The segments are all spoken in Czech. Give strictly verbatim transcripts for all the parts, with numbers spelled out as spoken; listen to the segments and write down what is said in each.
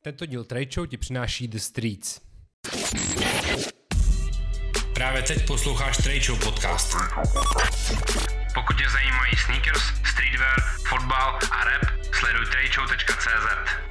Tento díl Trade Show ti přináší The Streets. Právě teď posloucháš Trade Show podcast. Pokud tě zajímají sneakers, streetwear, fotbal a rap, sleduj tradeshow tečka cé zet.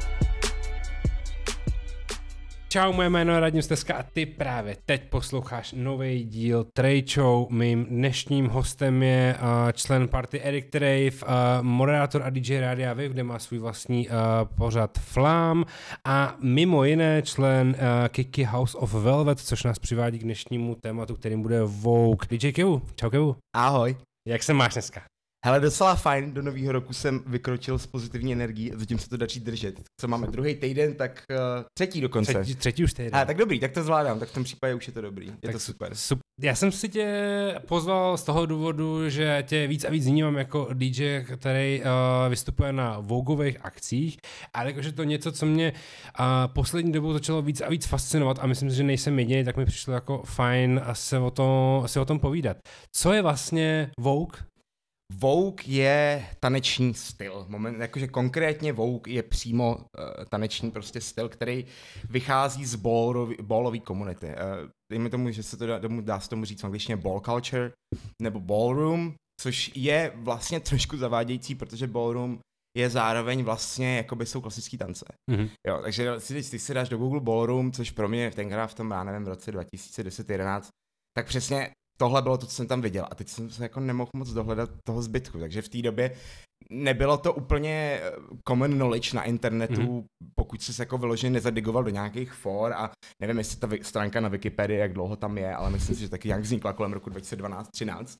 Čau, moje jméno je Radim Steska a ty právě teď posloucháš nový díl Trade Show. Mým dnešním hostem je uh, člen party Eric Trave, uh, moderátor a dý džej Rádia Wave, kde má svůj vlastní uh, pořad Flám a mimo jiné člen uh, Kiki House of Velvet, což nás přivádí k dnešnímu tématu, kterým bude Vogue. dý džej Kevu, čau Kevu. Ahoj. Jak se máš dneska? Hele, docela fajn, do nového roku jsem vykročil s pozitivní energií a zatím se to daří držet. Co máme druhý týden, tak uh, třetí dokonce. Třetí, třetí už týden. A, tak dobrý, tak to zvládám, tak v tom případě už je to dobrý, je tak to super. super. Já jsem si tě pozval z toho důvodu, že tě víc a víc vnímám jako dý džej, který uh, vystupuje na Vogueových akcích, ale jakože to něco, co mě uh, poslední dobou začalo víc a víc fascinovat a myslím si, že nejsem jediný, tak mi přišlo jako fajn se o, to, se o tom povídat. Co je vlastně Vogue? Vogue je taneční styl, moment, jakože konkrétně Vogue je přímo uh, taneční prostě styl, který vychází z ballové komunity. Uh, dejme tomu, že se to dá, dá se tomu říct v angličtině ball culture nebo ballroom, což je vlastně trošku zavádějící, protože ballroom je zároveň vlastně, jakoby jsou klasický tance. Mm-hmm. Jo, takže když ty si dáš do Google ballroom, což pro mě tenkrát v tom, já nevím, v roce dva tisíce deset jedenáct, tak přesně tohle bylo to, co jsem tam viděl a teď jsem se jako nemohl moc dohledat toho zbytku, takže v té době nebylo to úplně common knowledge na internetu, mm-hmm. pokud jsi se jako vyloženě nezadigoval do nějakých for a nevím, jestli ta stránka na Wikipedii, jak dlouho tam je, ale myslím si, že taky nějak vznikla kolem roku dva tisíce dvanáct třináct.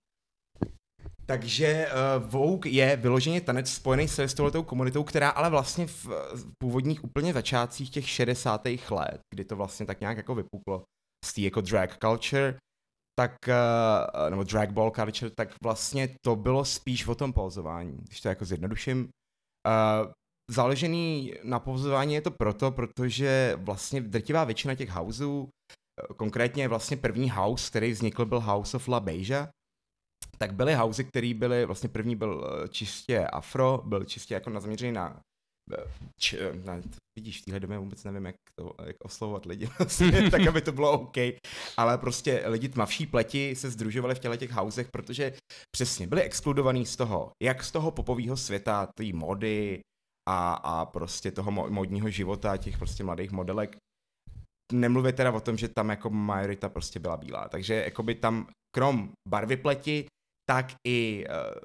Takže uh, Vogue je vyloženě tanec spojený se s touhletou komunitou, která ale vlastně v, v původních úplně začátcích těch šedesátých let, kdy to vlastně tak nějak jako vypuklo z té jako drag culture, tak, uh, nebo drag ball culture, tak vlastně to bylo spíš o tom pózování, když to jako zjednoduším. Uh, založený na pózování je to proto, protože vlastně drtivá většina těch houseů, konkrétně vlastně první house, který vznikl, byl House of La Beija, tak byly housey, který byly, vlastně první byl čistě afro, byl čistě jako na zaměřený na Č, ne, vidíš, v téhle době vůbec nevím, jak, to, jak oslovovat lidi, vlastně, tak aby to bylo OK, ale prostě lidi tmavší pleti se sdružovali v těle těch housech, protože přesně byli exkludovaní z toho, jak z toho popového světa, té mody a, a prostě toho modního života, těch prostě mladých modelek. Nemluvě teda o tom, že tam jako majorita prostě byla bílá, takže jakoby tam krom barvy pleti, tak i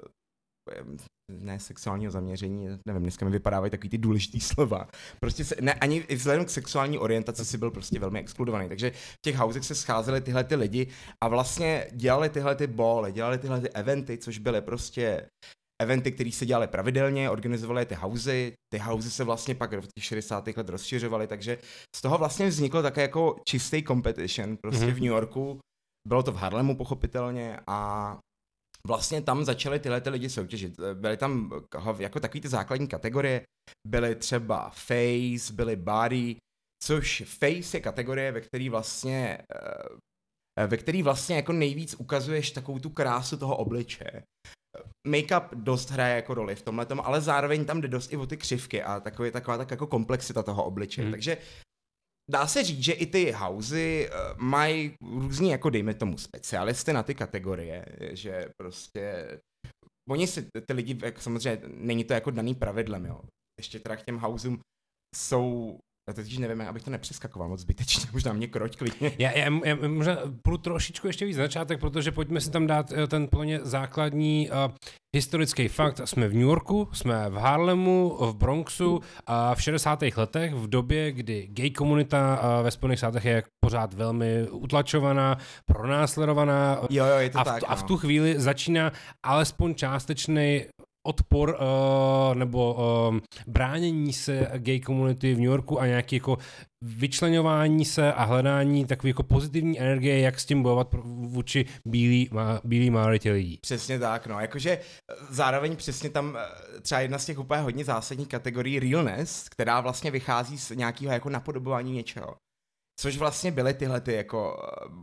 uh, ne sexuálního zaměření, nevím, dneska mi vypadávají takový ty důležitý slova. Prostě se, ne, ani vzhledem k sexuální orientaci si byl prostě velmi exkludovaný, takže v těch housech se scházeli tyhle ty lidi a vlastně dělali tyhle ty bally, dělali tyhle ty eventy, což byly prostě eventy, které se dělaly pravidelně, organizovaly ty housey, ty housey se vlastně pak v těch šedesátých let rozšiřovaly, takže z toho vlastně vzniklo také jako čistý competition prostě mm-hmm. v New Yorku, bylo to v Harlemu pochopitelně a vlastně tam začaly tyhle ty lidi soutěžit. Byly tam jako takový ty základní kategorie, byly třeba face, byly body, což face je kategorie, ve který vlastně ve který vlastně jako nejvíc ukazuješ takovou tu krásu toho obličeje. Make-up dost hraje jako roli v tomhletom, ale zároveň tam jde dost i o ty křivky a takový, taková tak jako komplexita toho obličeje. Mm. Takže dá se říct, že i ty housey uh, mají různý, jako dejme tomu, specialisty na ty kategorie, že prostě oni si, ty lidi, jak samozřejmě, není to jako daný pravidlem, jo. Ještě teda k těm houseům jsou, já teď nevím, abych to nepřeskakoval moc zbytečně, možná mě kroť klidně. Já, já, já možná půjdu trošičku ještě víc na začátek, protože pojďme si tam dát ten plně základní uh, historický fakt. Jsme v New Yorku, jsme v Harlemu, v Bronxu a v šedesátých letech, v době, kdy gay komunita uh, ve Spojených státech je pořád velmi utlačovaná, pronásledovaná. Jo, jo, je to a, v, tak, a v no. tu chvíli začíná alespoň částečný odpor uh, nebo uh, bránění se gay komunity v New Yorku a nějaký jako vyčleňování se a hledání takové jako pozitivní energie, jak s tím bojovat vůči bílý, bílý majoritě lidí. Přesně tak, no, jakože zároveň přesně tam třeba jedna z těch úplně hodně zásadních kategorií realness, která vlastně vychází z nějakého jako napodobování něčeho. Což vlastně byly tyhle ty jako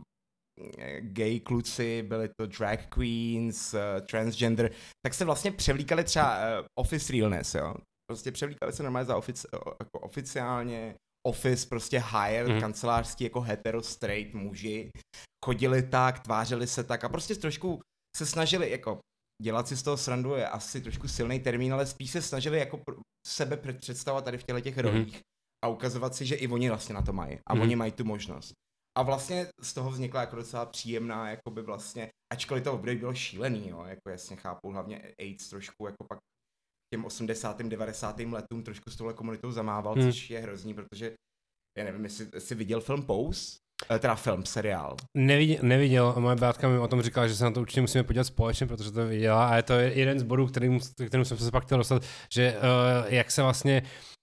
gay kluci, byly to drag queens, uh, transgender, tak se vlastně převlíkali třeba uh, office realness, jo. Prostě převlíkali se normálně za ofici, jako oficiálně, office, prostě hired, mm. kancelářský jako hetero straight muži. Chodili tak, tvářili se tak a prostě trošku se snažili, jako dělat si z toho srandu je asi trošku silný termín, ale spíš se snažili jako sebe představovat tady v těchto těch rolích. Mm. A ukazovat si, že i oni vlastně na to mají. A mm. oni mají tu možnost. A vlastně z toho vznikla jako docela příjemná, jakoby vlastně, ačkoliv to období bylo šílený, jo, jako jasně chápu, hlavně AIDS trošku, jako pak těm osmdesátým devadesátým letům trošku s touhle komunitou zamával, mm. což je hrozný, protože, já nevím, jestli jsi viděl film Pose? Teda film, seriál. Neviděl, neviděl, moje bátka mi o tom říkala, že se na to určitě musíme podívat společně, protože to viděla a je to jeden z bodů, kterým, kterým jsem se pak chtěl dostat, že uh, jak se vlastně,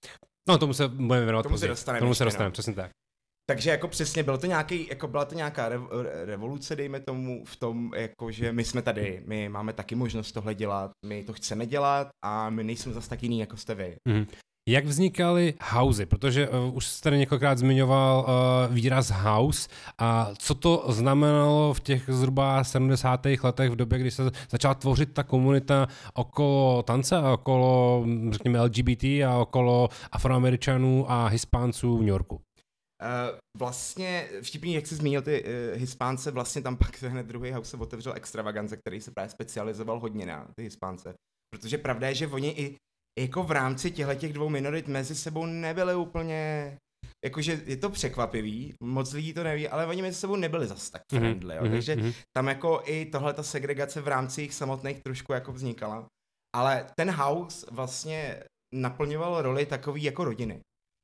no tomu se budeme věnovat tomu později. Se dostaneme tomu se dostaneme, no. přesně tak. Takže jako přesně, bylo to nějaký, jako byla to nějaká rev, revoluce, dejme tomu, v tom, jako že my jsme tady, my máme taky možnost tohle dělat, my to chceme dělat a my nejsme zase tak jiný, jako jste vy. Mm. Jak vznikaly housey? Protože uh, už jste tady několikrát zmiňoval uh, výraz house a co to znamenalo v těch zhruba sedmdesátých letech v době, kdy se začala tvořit ta komunita okolo tance a okolo, řekněme, L G B T a okolo Afroameričanů a Hispánců v New Yorku? Uh, vlastně vtipný, jak jsi zmínil ty uh, Hispánce, vlastně tam pak hned druhý house otevřel Extravaganza, který se právě specializoval hodně na ty Hispánce. Protože pravda je, že oni i jako v rámci těchto dvou minorit mezi sebou nebyli úplně, jakože je to překvapivý, moc lidí to neví, ale oni mezi sebou nebyli zas tak friendly, jo, mm-hmm. takže tam jako i tohle ta segregace v rámci jich samotných trošku jako vznikala. Ale ten house vlastně naplňoval roli takový jako rodiny.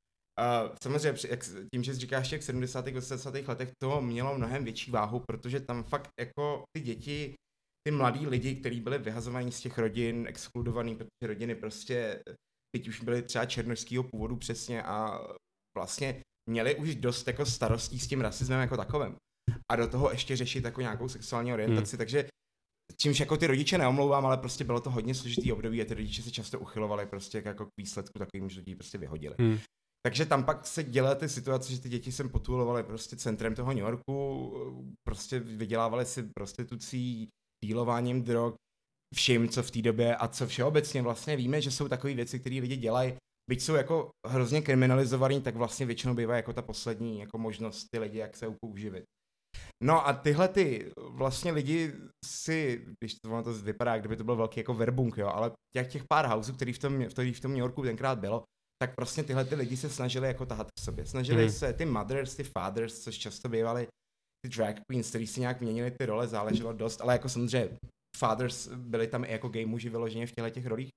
Uh, samozřejmě jak, tím, že jsi říkáš těch sedmdesátých osmdesátých letech, to mělo mnohem větší váhu, protože tam fakt jako ty děti, ty mladí lidi, kteří byli vyhazovaní z těch rodin, exkludovaný, protože rodiny prostě, teď už byly třeba černošského původu přesně a vlastně měli už dost jako starostí s tím rasismem jako takovým. A do toho ještě řešit jako nějakou sexuální orientaci, hmm. takže čímž jako ty rodiče neomlouvám, ale prostě bylo to hodně složitý období a ty rodiče se často uchylovali prostě jako k výsledku takovým, že lidi prostě vyhodili. Hmm. Takže tam pak se dělaly ty situace, že ty děti sem potulovaly prostě centrem toho New Yorku, prostě vydělávaly si prostitucí, dílováním drog, vším, co v té době a co všeobecně vlastně víme, že jsou takové věci, které lidi dělají, byť jsou jako hrozně kriminalizovaný, tak vlastně většinou bývá jako ta poslední jako možnost ty lidi, jak se uživit. No a tyhle ty vlastně lidi si, když to, to vypadá, kdyby to byl velký jako verbunk, jo, ale těch, těch pár houseů, který v tom, který v tom New Yorku tenkrát bylo, tak prostě tyhle ty lidi se snažili jako tahat k sobě. Snažili mm. se ty mothers, ty fathers, což často bývaly ty drag queens, který si nějak měnili ty role, záleželo dost, ale jako samozřejmě fathers byli tam i jako gay muži vyloženě v těchto těch rolích,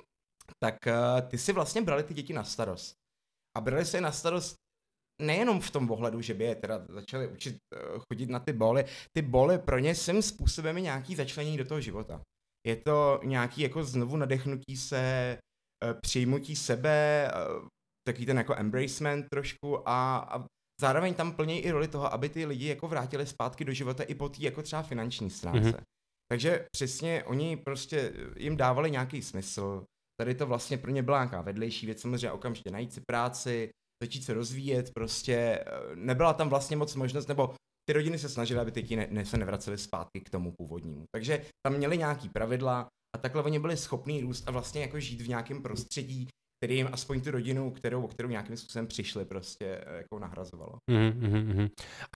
tak uh, ty si vlastně brali ty děti na starost. A brali se je na starost nejenom v tom ohledu, že by je teda začali učit uh, chodit na ty boly. Ty boly pro ně svým způsobem je nějaký začlenění do toho života. Je to nějaký jako znovu nadechnutí se, uh, přijmutí sebe, uh, takový ten jako embracement trošku a, a zároveň tam plní i roli toho, aby ty lidi jako vrátili zpátky do života i po té jako třeba finanční stránce. Mm-hmm. Takže přesně oni prostě jim dávali nějaký smysl. Tady to vlastně pro ně byla nějaká vedlejší věc, samozřejmě okamžitě najít si práci, začít se rozvíjet, prostě nebyla tam vlastně moc možnost, nebo ty rodiny se snažily, aby ty děti ne, ne, se nevracely zpátky k tomu původnímu. Takže tam měli nějaký pravidla a takhle oni byli schopní růst a vlastně jako žít v nějakém prostředí, který jim aspoň tu rodinu, kterou, o kterou nějakým způsobem přišli, prostě jako nahrazovalo. Mm-hmm.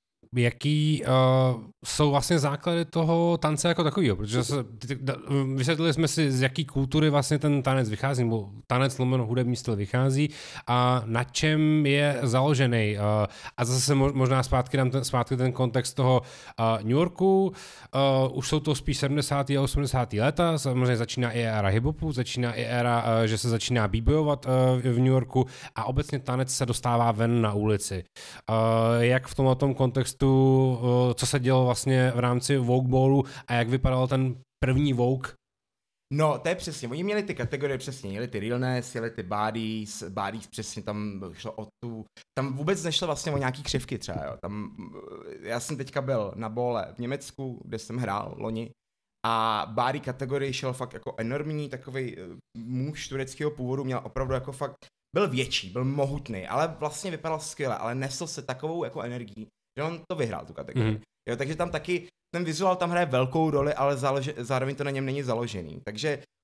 Jaký uh, jsou vlastně základy toho tance jako takovýho, protože se, vysvětlili jsme si, z jaký kultury vlastně ten tanec vychází, nebo tanec lomeno hudební styl vychází a na čem je založený. Uh, a zase se možná zpátky dám ten, zpátky ten kontext toho uh, New Yorku, uh, už jsou to spíš sedmdesátá a osmdesátá léta, samozřejmě začíná i éra hip-hopu, začíná i éra, uh, že se začíná b-boyovat uh, v New Yorku a obecně tanec se dostává ven na ulici. Uh, jak v tomto kontextu tu, co se dělo vlastně v rámci Vogue Ballu a jak vypadal ten první Vogue? No, to je přesně, oni měli ty kategorie přesně, měli ty realness, měli ty bodies, bodies přesně tam šlo o tu, tam vůbec nešlo vlastně o nějaký křivky třeba, jo, tam, já jsem teďka byl na bole v Německu, kde jsem hrál loni a body kategorie šel fakt jako enormní, takovej muž tureckého původu měl opravdu jako fakt, byl větší, byl mohutný, ale vlastně vypadal skvěle, ale nesl se takovou jako energii, že on to vyhrál, tu kategorii. Mm. Jo, takže tam taky, ten vizuál tam hraje velkou roli, ale záleži, zároveň to na něm není založený. Takže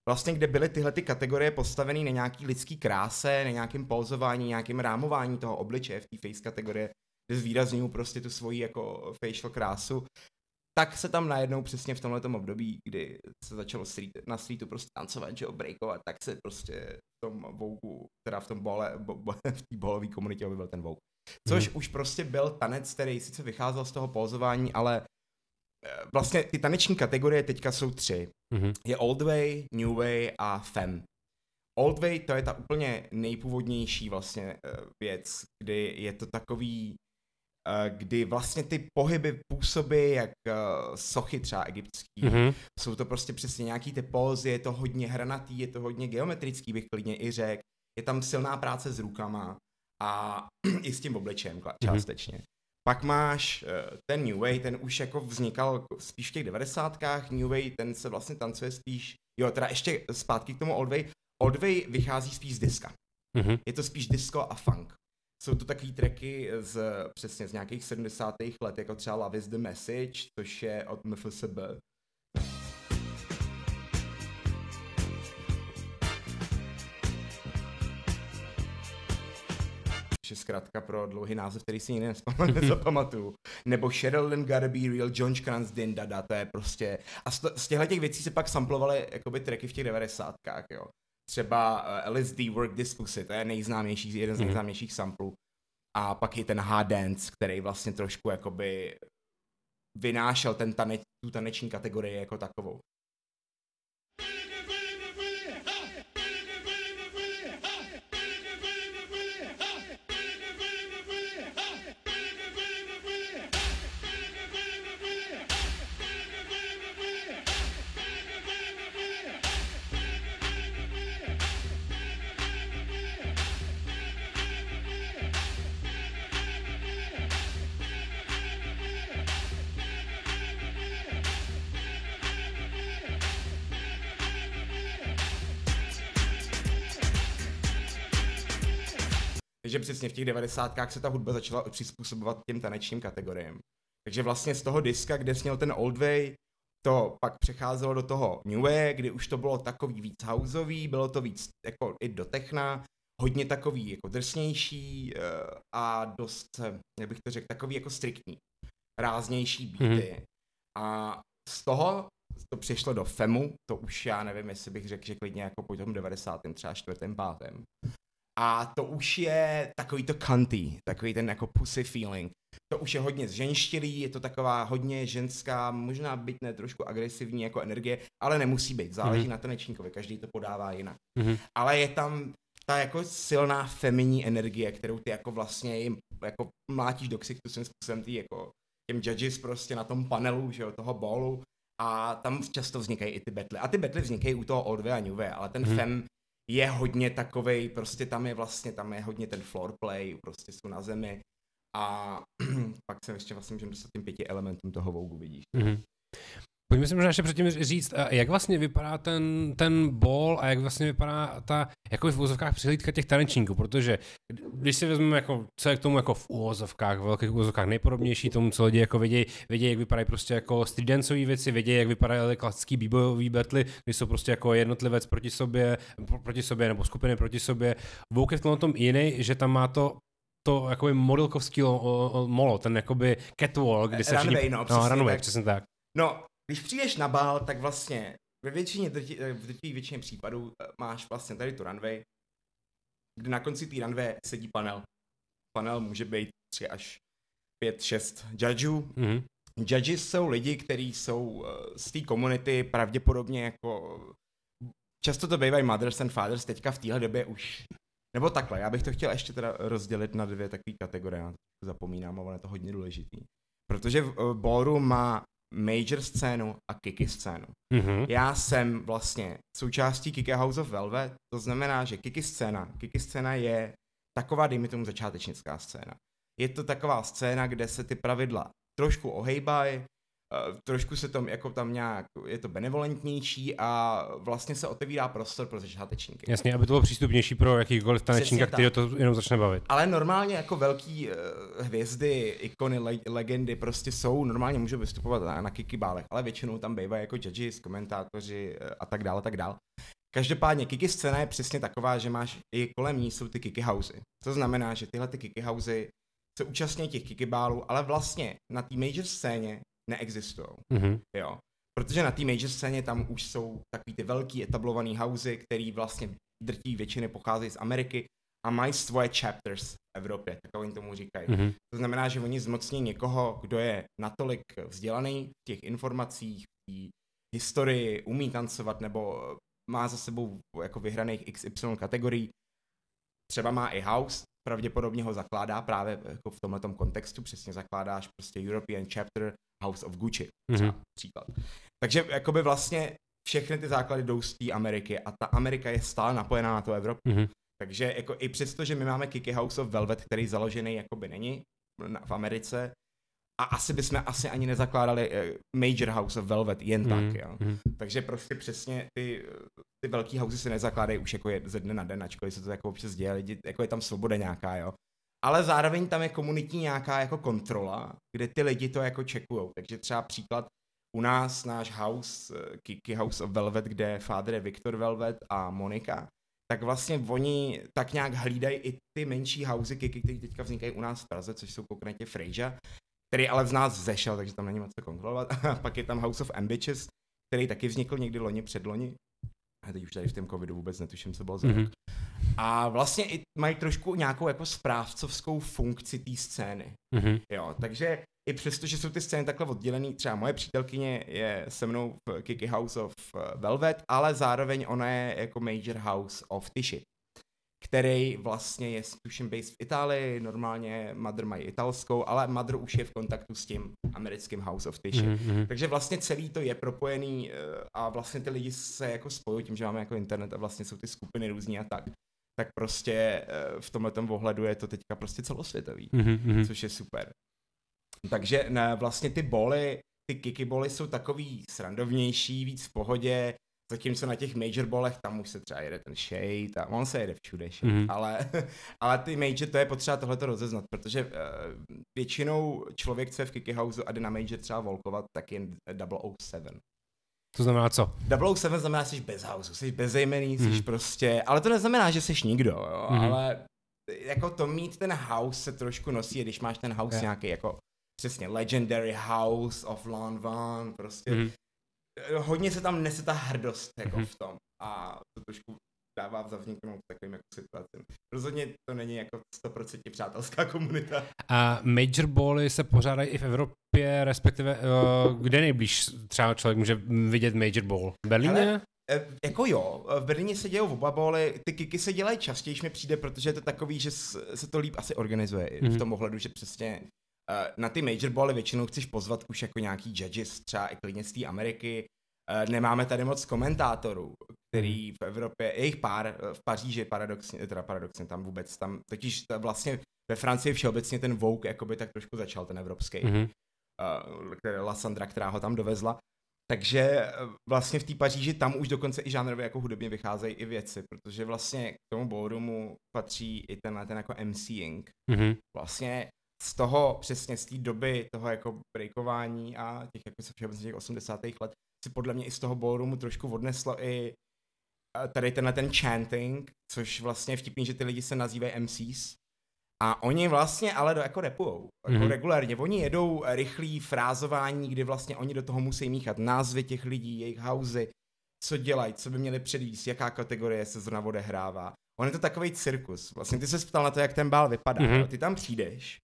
vlastně kde byly tyhle ty kategorie postavené na nějaký lidský kráse, na nějakém pózování, nějakém rámování toho obličeje v té face kategorie, kde zvýrazňují prostě tu svoji jako facial krásu, tak se tam najednou přesně v tomhletom období, kdy se začalo street, na streetu prostě tancovat, že breakovat, tak se prostě v tom Vogue, teda v tom bole, bo, bo, v té bolové komunitě objevil ten Vogue. Což hmm. už prostě byl tanec, který sice vycházel z toho pózování, ale vlastně ty taneční kategorie teďka jsou tři. Mm-hmm. Je Old Way, New Way a Femme. Old Way to je ta úplně nejpůvodnější vlastně věc, kdy je to takový, kdy vlastně ty pohyby působí jak sochy třeba egyptský. Mm-hmm. Jsou to prostě přesně nějaký ty pózy, je to hodně hranatý, je to hodně geometrický, bych klidně i řekl. Je tam silná práce s rukama a i s tím obličejem částečně. Mm-hmm. Pak máš uh, ten New Way, ten už jako vznikal spíš v těch devadesátkách, New Way, ten se vlastně tancuje spíš, jo, teda ještě zpátky k tomu Old Way, Old Way vychází spíš z diska. Mm-hmm. Je to spíš disco a funk. Jsou to takový tracky z, přesně z nějakých sedmdesátých let, jako třeba Love is the Message, což je od M F S B. Je zkrátka pro dlouhý název, který si nikdy nezapamatuju. Nebo Sheryl Gotta Be Real, John Kranz, Din Dada, to je prostě... A z, z těchto těch věcí se pak samplovaly jakoby tracky v těch devadesátkách, jo. Třeba uh, L S D, Work This Pussy, to je nejznámější, jeden z nejznámějších samplů. A pak je ten H-Dance, který vlastně trošku jakoby vynášel ten taneč, tu taneční kategorii jako takovou. Takže přesně v těch devadesátkách se ta hudba začala přizpůsobovat těm tanečním kategoriím. Takže vlastně z toho diska, kde sněl ten Old Way, to pak přecházelo do toho New Way, kdy už to bylo takový víc houseový, bylo to víc jako i do techna, hodně takový jako drsnější a dost, jak bych to řekl, takový jako striktní, ráznější beaty. Mm. A z toho to přišlo do Femu, to už já nevím, jestli bych řekl, že klidně jako po tom devadesátém, třeba čtvrtém, pátém. A to už je takový to cunty, takový ten jako pussy feeling. To už je hodně zženštilý, je to taková hodně ženská, možná být ne trošku agresivní jako energie, ale nemusí být, záleží mm-hmm. na tanečníkovi, každý to podává jinak. Mm-hmm. Ale je tam ta jako silná feminní energie, kterou ty jako vlastně jim jako mlátíš do ksichtu svým způsobem ty jako těm judges prostě na tom panelu, že jo, toho ballu a tam často vznikají i ty battle. A ty battle vznikají u toho Old Way a New Way, ale ten mm-hmm. fem je hodně takovej, prostě tam je vlastně, tam je hodně ten floor play, prostě jsou na zemi a pak se ještě vlastně můžeme dostat tím pěti elementům toho Vogue, vidíš. Mm-hmm. Pojďme si možná ještě předtím říct, jak vlastně vypadá ten, ten ball a jak vlastně vypadá ta, jako v úvozovkách přihlídka těch tanečníků, protože když si vezmeme, jako, co je k tomu jako v úvozovkách, v velkých úvozovkách nejpodobnější tomu, co lidi jako vědějí, vědějí, jak vypadají prostě jako street danceové věci, vědějí, jak vypadají klasický b-boyový battle, kdy jsou prostě jako jednotlivec proti sobě, proti sobě nebo skupiny proti sobě. Vogue je v tom, tom jiný, že tam má to to jakoby modelkovský molo, ten jakoby catwalk, kdy se runway, všichni... no, no, runway, tak. přesně tak. No, když přijdeš na bál, tak vlastně ve většině, v drtivé většině případů máš vlastně tady tu runway, kde na konci té runway sedí panel. Panel může být tři až pět, šest judgeů. Mm-hmm. Judges jsou lidi, kteří jsou z té komunity pravděpodobně jako... Často to bývají mothers and fathers, teďka v téhle době už... Nebo takhle, já bych to chtěl ještě teda rozdělit na dvě takové kategorie, já to zapomínám, ale je to hodně důležitý. Protože ballroom má major scénu a kicky scénu. Mm-hmm. Já jsem vlastně součástí Kicky House of Velvet, to znamená, že kicky scéna, kicky scéna je taková, dejme tomu, začátečnická scéna. Je to taková scéna, kde se ty pravidla trošku ohejbají, uh, trošku se tam jako tam nějak, je to benevolentnější a vlastně se otevírá prostor pro začátečníky. Jasně, aby to bylo přístupnější pro jakýkoliv tanečníka, který to jenom začne bavit. Ale normálně jako velký uh, hvězdy, ikony, le- legendy prostě jsou, normálně můžou vystupovat na, na kikibálech, ale většinou tam bývají jako judges, komentátoři uh, a tak dále, tak dále. Každopádně kiki scéna je přesně taková, že máš i kolem ní jsou ty kiki housey. To znamená, že tyhle ty kiki housey se účastní těch kikibálů, ale vlastně na té major scéně neexistují. Mm-hmm. Jo. Protože na té major scéně tam už jsou takový ty velký etablovaný housey, který vlastně drtí většiny pocházejí z Ameriky a mají svoje chapters v Evropě, tak oni tomu říkají. Mm-hmm. To znamená, že oni zmocní někoho, kdo je natolik vzdělaný v těch informacích, v té historii, umí tancovat nebo má za sebou jako vyhraných iks ypsilon kategorií, třeba má i house, pravděpodobně ho zakládá právě jako v tomhletom kontextu, přesně zakládáš prostě European Chapter House of Gucci, třeba mm-hmm. příklad. Takže jakoby vlastně všechny ty základy jdou z té Ameriky a ta Amerika je stále napojená na tu Evropu. Mm-hmm. Takže jako i přesto, že my máme Kiki House of Velvet, který založený jakoby není v Americe, a asi bychom asi ani nezakládali uh, Major House of Velvet jen mm, tak, jo. Mm. Takže prostě přesně ty, ty velký housey se nezakládají už jako je ze dne na den, ačkoliv se to jako občas děje, lidi, jako je tam svoboda nějaká, jo. Ale zároveň tam je komunitní nějaká jako kontrola, kde ty lidi to jako čekujou. Takže třeba příklad u nás, náš house, Kiki House of Velvet, kde father je Viktor Velvet a Monika, tak vlastně oni tak nějak hlídají i ty menší housey Kiki, které teďka vznikají u nás v Praze, což jsou konkrétně Frejža, který ale z nás vzešel, takže tam není moc co kontrolovat. A pak je tam House of Ambitious, který taky vznikl někdy loni, předloni. A teď už tady v tom covidu vůbec netuším, co bylo za mm-hmm. rok. A vlastně i mají trošku nějakou jako správcovskou funkci té scény. Mm-hmm. Jo, takže i přesto, že jsou ty scény takhle oddělený, třeba moje přítelkyně je se mnou v Kiki House of Velvet, ale zároveň ona je jako Major House of Tishy, který vlastně je, tuším, based v Itálii, normálně Mother mají italskou, ale Mother už je v kontaktu s tím americkým House of Tishy. Mm-hmm. Takže vlastně celý to je propojený a vlastně ty lidi se jako spojují tím, že máme jako internet a vlastně jsou ty skupiny různý a tak. Tak prostě v tomhletom ohledu je to teďka prostě celosvětový, mm-hmm. což je super. Takže ne, vlastně ty boly, ty kiki boly jsou takový srandovnější, víc v pohodě, zatímco na těch major bolech tam už se třeba jede ten shade a on se jede všude shade, mm. ale, ale ty major, to je potřeba tohleto rozeznat, protože uh, většinou člověk, co je v Kiki Houseu a jde na major třeba volkovat, tak je double oh seven. To znamená co? double oh seven znamená, že jsi bez houseu, jsi bezejmený, jsi mm. prostě, ale to neznamená, že jsi nikdo, jo, mm. ale jako to mít ten house se trošku nosí, když máš ten house yeah. nějaký jako přesně legendary house of Lanvin, prostě mm. hodně se tam nese ta hrdost jako mm-hmm. v tom a to trošku dává vzniknout takovým jako situacím. Rozhodně to není jako sto procent přátelská komunita. A major bally se pořádají i v Evropě, respektive uh, kde nejblíž třeba člověk může vidět major ball? V Berlíně? Hele, jako jo, v Berlíně se dějou oba bally, ty kiky se dělají častěji, mi přijde, protože je to takový, že se to líp asi organizuje mm-hmm. v tom ohledu, že přesně na ty major bally většinou chceš pozvat už jako nějaký judges, třeba i klidně z té Ameriky. Nemáme tady moc komentátorů, který v Evropě, je jich pár, v Paříži paradoxně, teda paradoxně tam vůbec, tam totiž vlastně ve Francii všeobecně ten Vogue jakoby tak trošku začal, ten evropský, mm-hmm. uh, La Sandra, která ho tam dovezla. Takže vlastně v té Paříži tam už dokonce i žánrově jako hudebně vycházejí i věci, protože vlastně k tomu ballroomu patří i tenhle ten jako MCing. Mm-hmm. Vlastně z toho, přesně z té doby toho jako breakování a těch jako se všeobecně těch osmdesátých let si podle mě i z toho ballroomu trošku odneslo i tady tenhle ten chanting, což vlastně je vtipný, že ty lidi se nazývají M Cs a oni vlastně ale do, jako rapujou, jako mm-hmm. regulárně. Oni jedou rychlý frázování, kdy vlastně oni do toho musí míchat názvy těch lidí, jejich housey, co dělají, co by měli předvíst, jaká kategorie se zrovna odehrává. On je to takovej cirkus. Vlastně ty se ptal na to, jak ten bál vypadá. Mm-hmm. Ty tam přijdeš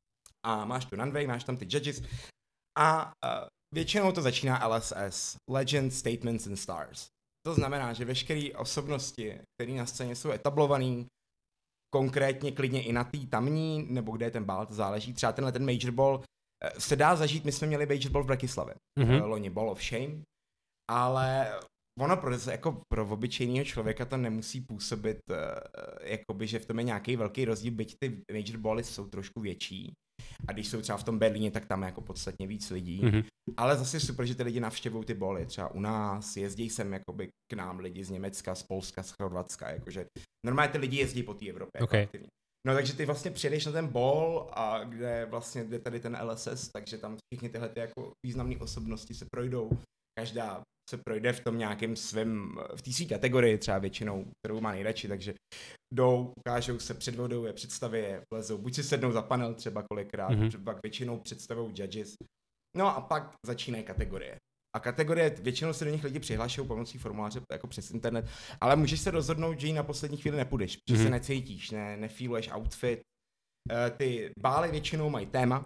a máš tu runway, máš tam ty judges a uh, většinou to začíná L S S, Legend, Statements and Stars. To znamená, že veškeré osobnosti, které na scéně jsou etablovaný, konkrétně klidně i na té tamní, nebo kde je ten bál, to záleží. Třeba tenhle ten Major Ball se dá zažít, my jsme měli Major Ball v Bratislavě, mm-hmm. loni Ball of Shame, ale ono pro, jako pro obyčejného člověka to nemusí působit, uh, jakoby, že v tom je nějaký velký rozdíl, byť ty Major Bally jsou trošku větší. a když jsou třeba v tom Berlíně, tak tam je jako podstatně víc lidí. Mm-hmm. Ale zase super, že ty lidi navštěvují ty boly, třeba u nás, jezdí sem jakoby k nám lidi z Německa, z Polska, z Chorvatska, jakože normálně ty lidi jezdí po té Evropě. Okay. Jako aktivně. No takže ty vlastně přijedeš na ten ball a kde vlastně jde tady ten L S S, takže tam všichni tyhle ty jako významné osobnosti se projdou. Každá se projde v tom nějakém svém, v té své kategorii třeba většinou, kterou má nejradši, takže jdou, ukážou se, předvedou je, představí je, vlezou, buď si sednou za panel třeba kolikrát, mm-hmm. pak většinou představují judges. No a pak začínají kategorie. A kategorie, většinou se do nich lidi přihlašují pomocí formuláře jako přes internet, ale můžeš se rozhodnout, že ji na poslední chvíli nepůjdeš, protože mm-hmm. se necítíš, ne, nefíluješ outfit. Uh, ty bály většinou mají téma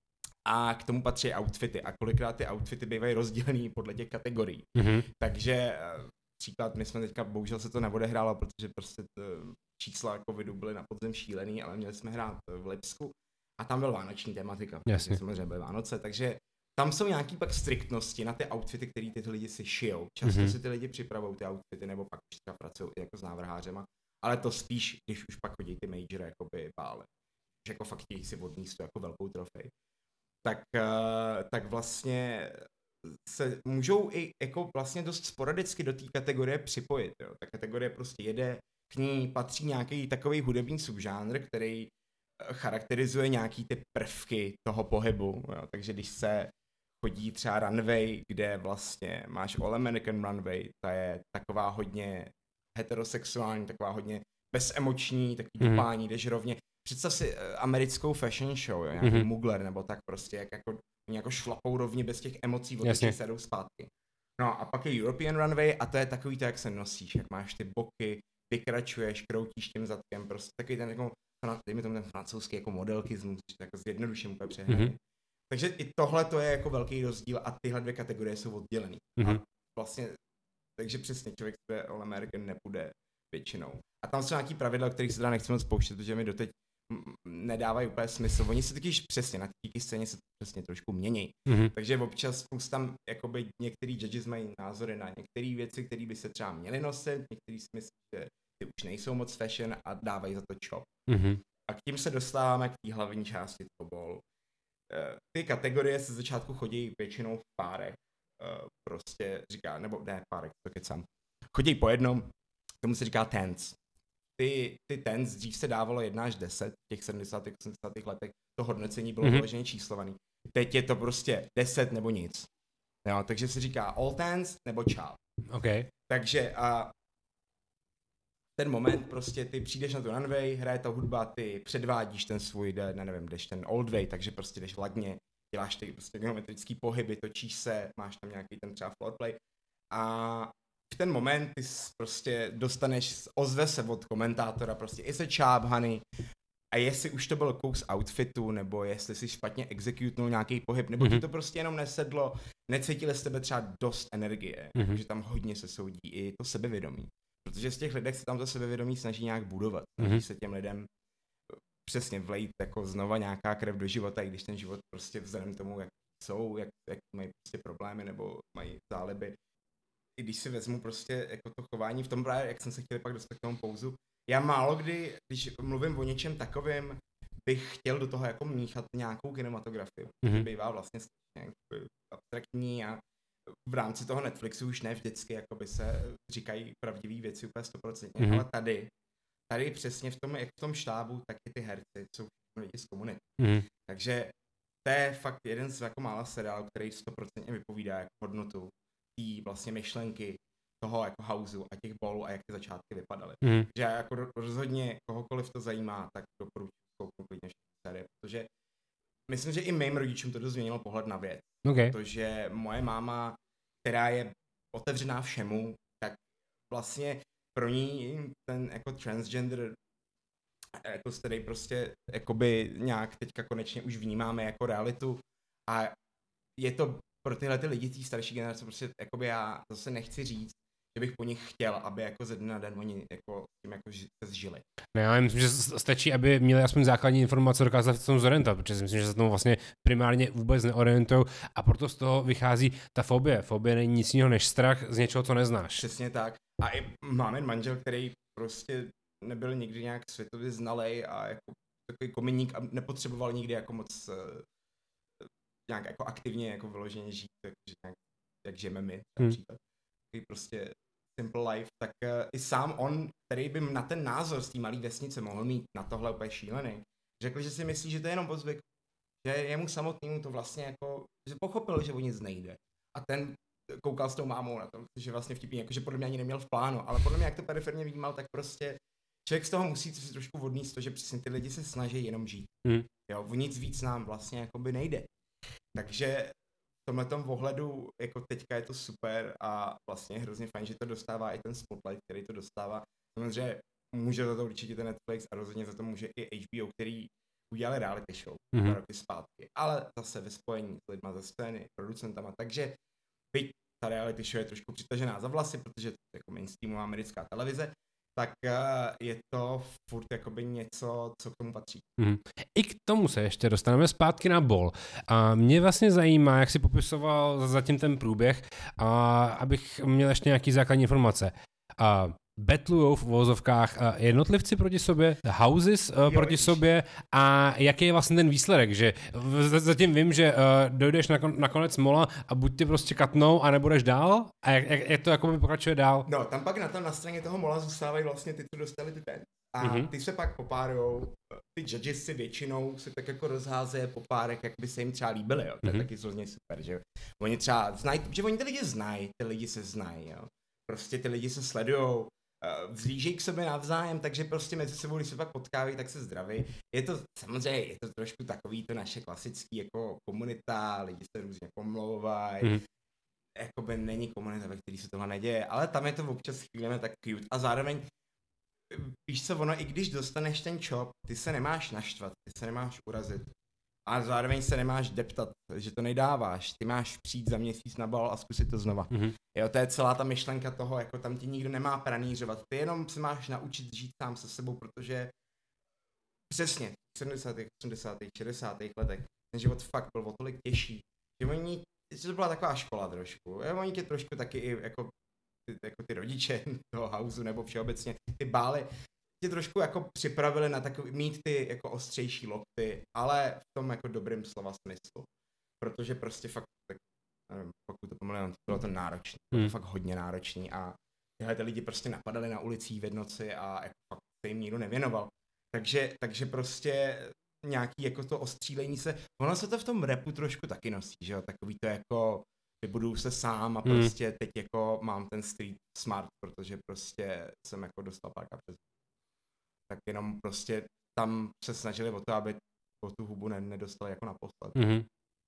a k tomu patří outfity a kolikrát ty outfity bývají rozdělený podle těch kategorií. Mm-hmm. Takže uh, příklad, my jsme teďka, bohužel se to neodehrálo, protože prostě t, čísla covidu byly na podzem šílený, ale měli jsme hrát v Lipsku a tam byla vánoční tematika, protože samozřejmě byly Vánoce, takže tam jsou nějaký pak striktnosti na ty outfity, které ty lidi si šijou. Často mm-hmm. si ty lidi připravují ty outfity, nebo pak už třeba pracují jako s návrhářema, ale to spíš, když už pak chodí ty majory, jakoby bále. Už jako fakt chtějí si odníst to jako velkou trofej. Tak, uh, tak vlastně se můžou i jako vlastně dost sporadicky do té kategorie připojit. Jo. Ta kategorie prostě jede, k ní patří nějaký takový hudební subžánr, který charakterizuje nějaký ty prvky toho pohybu. Jo. Takže když se chodí třeba runway, kde vlastně máš All American Runway, ta je taková hodně heterosexuální, taková hodně bezemoční, takový mm. dupání, jdeš rovně. Představ si uh, americkou fashion show, jo, nějaký mm-hmm. Mugler, nebo tak prostě, jak jako, jako šlapou rovně bez těch emocí, od těch se jdou zpátky. No a pak je European Runway a to je takový to, jak se nosíš, jak máš ty boky, vykračuješ, kroutíš tím zadkem, prostě takový ten jako, dejme tomu ten francouzský jako modelkismus, jako zjednoduším úplně přehledně. Mm-hmm. Takže i tohle to je jako velký rozdíl a tyhle dvě kategorie jsou oddělený. Mm-hmm. A vlastně, takže přesně člověk se All American nepůjde většinou. A tam jsou nějaký pravidla, o kterých se teda nechci moc pouštět, protože mi doteď nedávají úplně smysl. Oni se totiž přesně na té scéně se přesně trošku mění. Mm-hmm. Takže občas tam jakoby některý judges mají názory na některé věci, které by se třeba měly nosit, některý si myslí, že ty už nejsou moc fashion a dávají za to čop. Mm-hmm. A k tím se dostáváme k té hlavní části toho ballu. Ty kategorie se začátku chodí většinou v párech. Prostě říká, nebo ne párech, to kecám. Chodí po jednom, tomu se říká tens. Ty, ty tens dřív se dávalo jedna až deset, v těch sedmdesátých, osmdesátých letech to hodnocení bylo vyloženě mm-hmm. číslovaný. Teď je to prostě deset nebo nic. Jo, takže se říká all tens nebo chop. Okay. Takže a ten moment prostě ty přijdeš na tu runway, hraje ta hudba, ty předvádíš ten svůj, de, ne, nevím, jdeš ten old way, takže prostě jdeš ladně, děláš ty prostě geometrický pohyby, točíš se, máš tam nějaký ten třeba floor play a v ten moment ty prostě dostaneš, ozve se od komentátora prostě is a chop, honey, a jestli už to byl kus outfitu, nebo jestli si špatně executenul nějaký pohyb, nebo mm-hmm. ti to prostě jenom nesedlo, necítili z tebe třeba dost energie, mm-hmm. takže tam hodně se soudí i to sebevědomí. Protože z těch lidek se tam to sebevědomí snaží nějak budovat. Snaží mm-hmm. se těm lidem přesně vlejt jako znova nějaká krev do života, i když ten život prostě vzhledem tomu, jak jsou, jak, jak mají prostě problémy nebo mají záliby. I když si vezmu prostě jako to chování v tom právě, jak jsem se chtěl pak dostat k tomu pouzu, já málo kdy, když mluvím o něčem takovém, bych chtěl do toho jako míchat nějakou kinematografii. Mm-hmm. Bývá vlastně abstraktní a v rámci toho Netflixu už ne vždycky jakoby se říkají pravdivé věci úplně sto procent, mm-hmm. ale tady, tady přesně v tom, jak v tom štábu, tak i ty herci jsou lidi z komunity. Mm-hmm. Takže to je fakt jeden z jako mála seriálů, který sto procent vypovídá jako hodnotu té vlastně myšlenky toho jako houseu a těch ballů a jak ty začátky vypadaly. Mm-hmm. Že jako rozhodně kohokoliv to zajímá, tak doporučuji kouknout klidně série, protože myslím, že i mým rodičům to dost změnilo pohled na věc. Okay. Protože moje máma, která je otevřená všemu, tak vlastně pro ní ten jako transgender, jako který prostě jakoby nějak teďka konečně už vnímáme jako realitu a je to pro tyhle ty lidi té starší generace prostě jakoby já zase nechci říct, že bych po nich chtěl, aby jako ze dne na den oni jako tím jako se zžili. No já myslím, že stačí, aby měli aspoň základní informace, dokázali se tomu zorientovat, protože si myslím, že se tomu vlastně primárně vůbec neorientují a proto z toho vychází ta fobie. Fobie není nic jiného než strach z něčeho, co neznáš. Přesně tak. A i máme manžel, který prostě nebyl nikdy nějak světově znalej a jako takový kominík a nepotřeboval nikdy jako moc uh, nějak jako aktivně jako vyloženě žít, takže nějak, jak žijeme my například. Hmm. Prostě simple life, tak uh, i sám on, který by na ten názor z té malé vesnice mohl mít na tohle úplně šílený, řekl, že si myslí, že to je jenom pozvyk, že jemu samotnému to vlastně jako, že pochopil, že o nic nejde. A ten koukal s tou mámou na tom, že vlastně vtipný, jakože podle mě ani neměl v plánu, ale podle mě, jak to periferně vnímal, tak prostě člověk z toho musí si trošku odníst to, že přesně ty lidi se snaží jenom žít. Hmm. Jo, o nic víc nám vlastně jakoby nejde. Takže v tomhletom ohledu, jako teďka je to super a vlastně je hrozně fajn, že to dostává i ten spotlight, který to dostává. Samozřejmě může za to určitě ten Netflix a rozhodně za to může i H B O, který udělali reality show mm-hmm. dva roky zpátky, ale zase ve spojení s lidma ze scény, producentama, takže byť ta reality show je trošku přitažená za vlasy, protože to je jako mainstreamová americká televize, tak uh, je to furt jakoby něco, co k tomu patří. Mm. I k tomu se ještě dostaneme zpátky na Ball. A mě vlastně zajímá, jak jsi popisoval zatím ten průběh, a abych měl ještě nějaký základní informace. A battlují v uvozovkách jednotlivci proti sobě, houses jo, proti víš. sobě a jaký je vlastně ten výsledek, že zatím vím, že uh, dojdeš na, kon, na konec mola a buď ty prostě katnou a nebudeš dál a jak, jak, jak to jakoby pokračuje dál? No, tam pak na, tom, na straně toho mola zůstávají vlastně ty, co dostali ty ten. A mm-hmm. ty se pak popárujou, ty judges si většinou se tak jako rozházejí po párech, jak by se jim třeba líbily, jo. To mm-hmm. je taky hrozně super, že oni třeba znají, že oni ty lidi znají, ty lidi se znají, jo. Prostě ty lidi se sledujou, vzlížejí k sobě navzájem, takže prostě mezi sebou, když se pak potkávají, tak se zdraví. Je to samozřejmě, je to trošku takový to naše klasický jako komunita, lidi se různě pomlouvají, mm. jakoby není komunita, ve který se tohle neděje, ale tam je to občas chvílemi tak cute a zároveň víš co, ono, i když dostaneš ten job, ty se nemáš naštvat, ty se nemáš urazit a zároveň se nemáš deptat, že to nedáváš, ty máš přijít za měsíc na bal a zkusit to znova. Mm-hmm. Jo, to je celá ta myšlenka toho, jako tam ti nikdo nemá pranířovat, ty jenom se máš naučit žít sám se sebou, protože přesně v sedmdesátých, osmdesátých, šedesátých letech ten život fakt byl o tolik těžší, že oni, že to byla taková škola trošku, jo, oni tě trošku taky i jako ty, jako ty rodiče toho houseu nebo všeobecně ty bály tě trošku jako připravili na takový, mít ty jako ostřejší lokty, ale v tom jako dobrým slova smyslu. Protože prostě fakt, tak, nevím, pokud to pomalím, bylo to náročné, bylo to hmm. fakt hodně náročný a tyhle ty lidi prostě napadali na ulicích v noci a jako fakt se jim nikdo nevěnoval. Takže, takže prostě nějaký jako to ostřílení se, ono se to v tom rapu trošku taky nosí, že jo, takový to jako vybuduju se sám a prostě hmm. teď jako mám ten street smart, protože prostě jsem jako dostal pár kapes. Tak jenom prostě tam se snažili o to, aby o tu hubu nedostali jako naposled. Mm-hmm.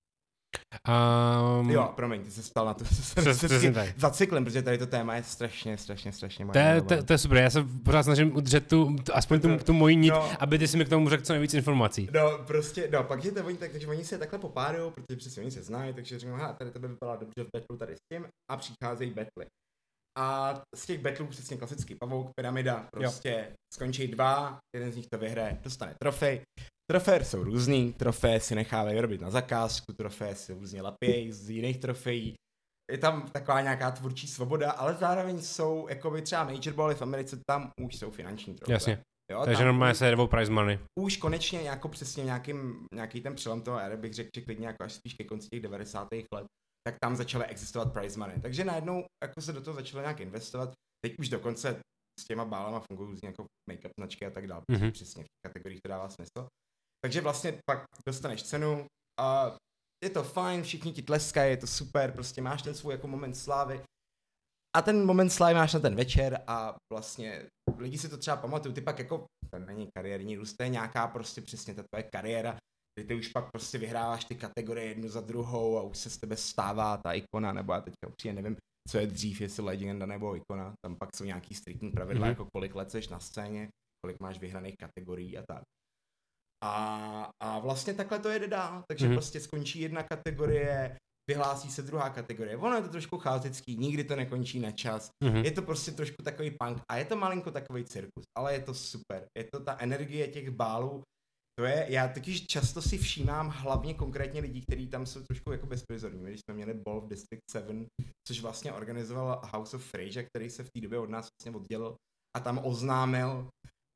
Um, jo, promiň, ty se stal na to, za cyklem, protože tady to téma je strašně, strašně, strašně moje. To je, to, to je super, já se pořád snažím udržet tu, tu aspoň tu, tu moji nit, no, aby ty si mi k tomu řekl co nejvíc informací. No, prostě, no, pak je to oni tak, takže oni se takhle popárujou, protože přesně oni se znají, takže řeknou, ha, tady to by vypadalo dobře v battlu tady s tím a přicházejí battly. A z těch battlů přesně klasický pavouk, pyramida, prostě jo. Skončí dva, jeden z nich to vyhraje, dostane trofej. Trofeje jsou různý, trofeje si nechávají robit na zakázku, trofeje si různě lapějí z jiných trofejí. Je tam taková nějaká tvůrčí svoboda, ale zároveň jsou, jakoby třeba Major Bally v Americe, tam už jsou finanční trofeje. Jasně, jo, takže normálně se jedou prize money. Už konečně jako přesně nějakým, nějaký ten přelom toho éry, bych řekl, že klidně jako až spíš ke konci těch devadesátých let, tak tam začaly existovat prize money. Takže najednou jako se do toho začalo nějak investovat. Teď už dokonce s těma bálama fungují různě jako make-up značky a tak dále. Mm-hmm. Přesně v těch kategoriích to dává smysl. Takže vlastně pak dostaneš cenu a je to fajn, všichni ti tleskají, je to super, prostě máš ten svůj jako moment slávy. A ten moment slávy máš na ten večer a vlastně lidi si to třeba pamatují, ty pak jako, to není kariérní růst, to je nějaká prostě přesně ta tvoje kariéra, kdy ty už pak prostě vyhráváš ty kategorie jednu za druhou a už se z tebe stává ta ikona, nebo já teďka určitě nevím, co je dřív, jestli legenda nebo ikona, tam pak jsou nějaký striktní pravidla, mm-hmm. jako kolik let seš na scéně, kolik máš vyhraných kategorií a tak. A, a vlastně takhle to jede dál, takže mm-hmm. prostě skončí jedna kategorie, vyhlásí se druhá kategorie. Ono je to trošku chaotický, nikdy to nekončí na čas. Mm-hmm. Je to prostě trošku takový punk a je to malinko takový cirkus, ale je to super. Je to ta energie těch bálů, to je, já totiž často si všímám hlavně konkrétně lidí, kteří tam jsou trošku jako bezprizorní. Když jsme měli Ball v District sedm, což vlastně organizoval House of Fraser, který se v té době od nás vlastně oddělil a tam oznámil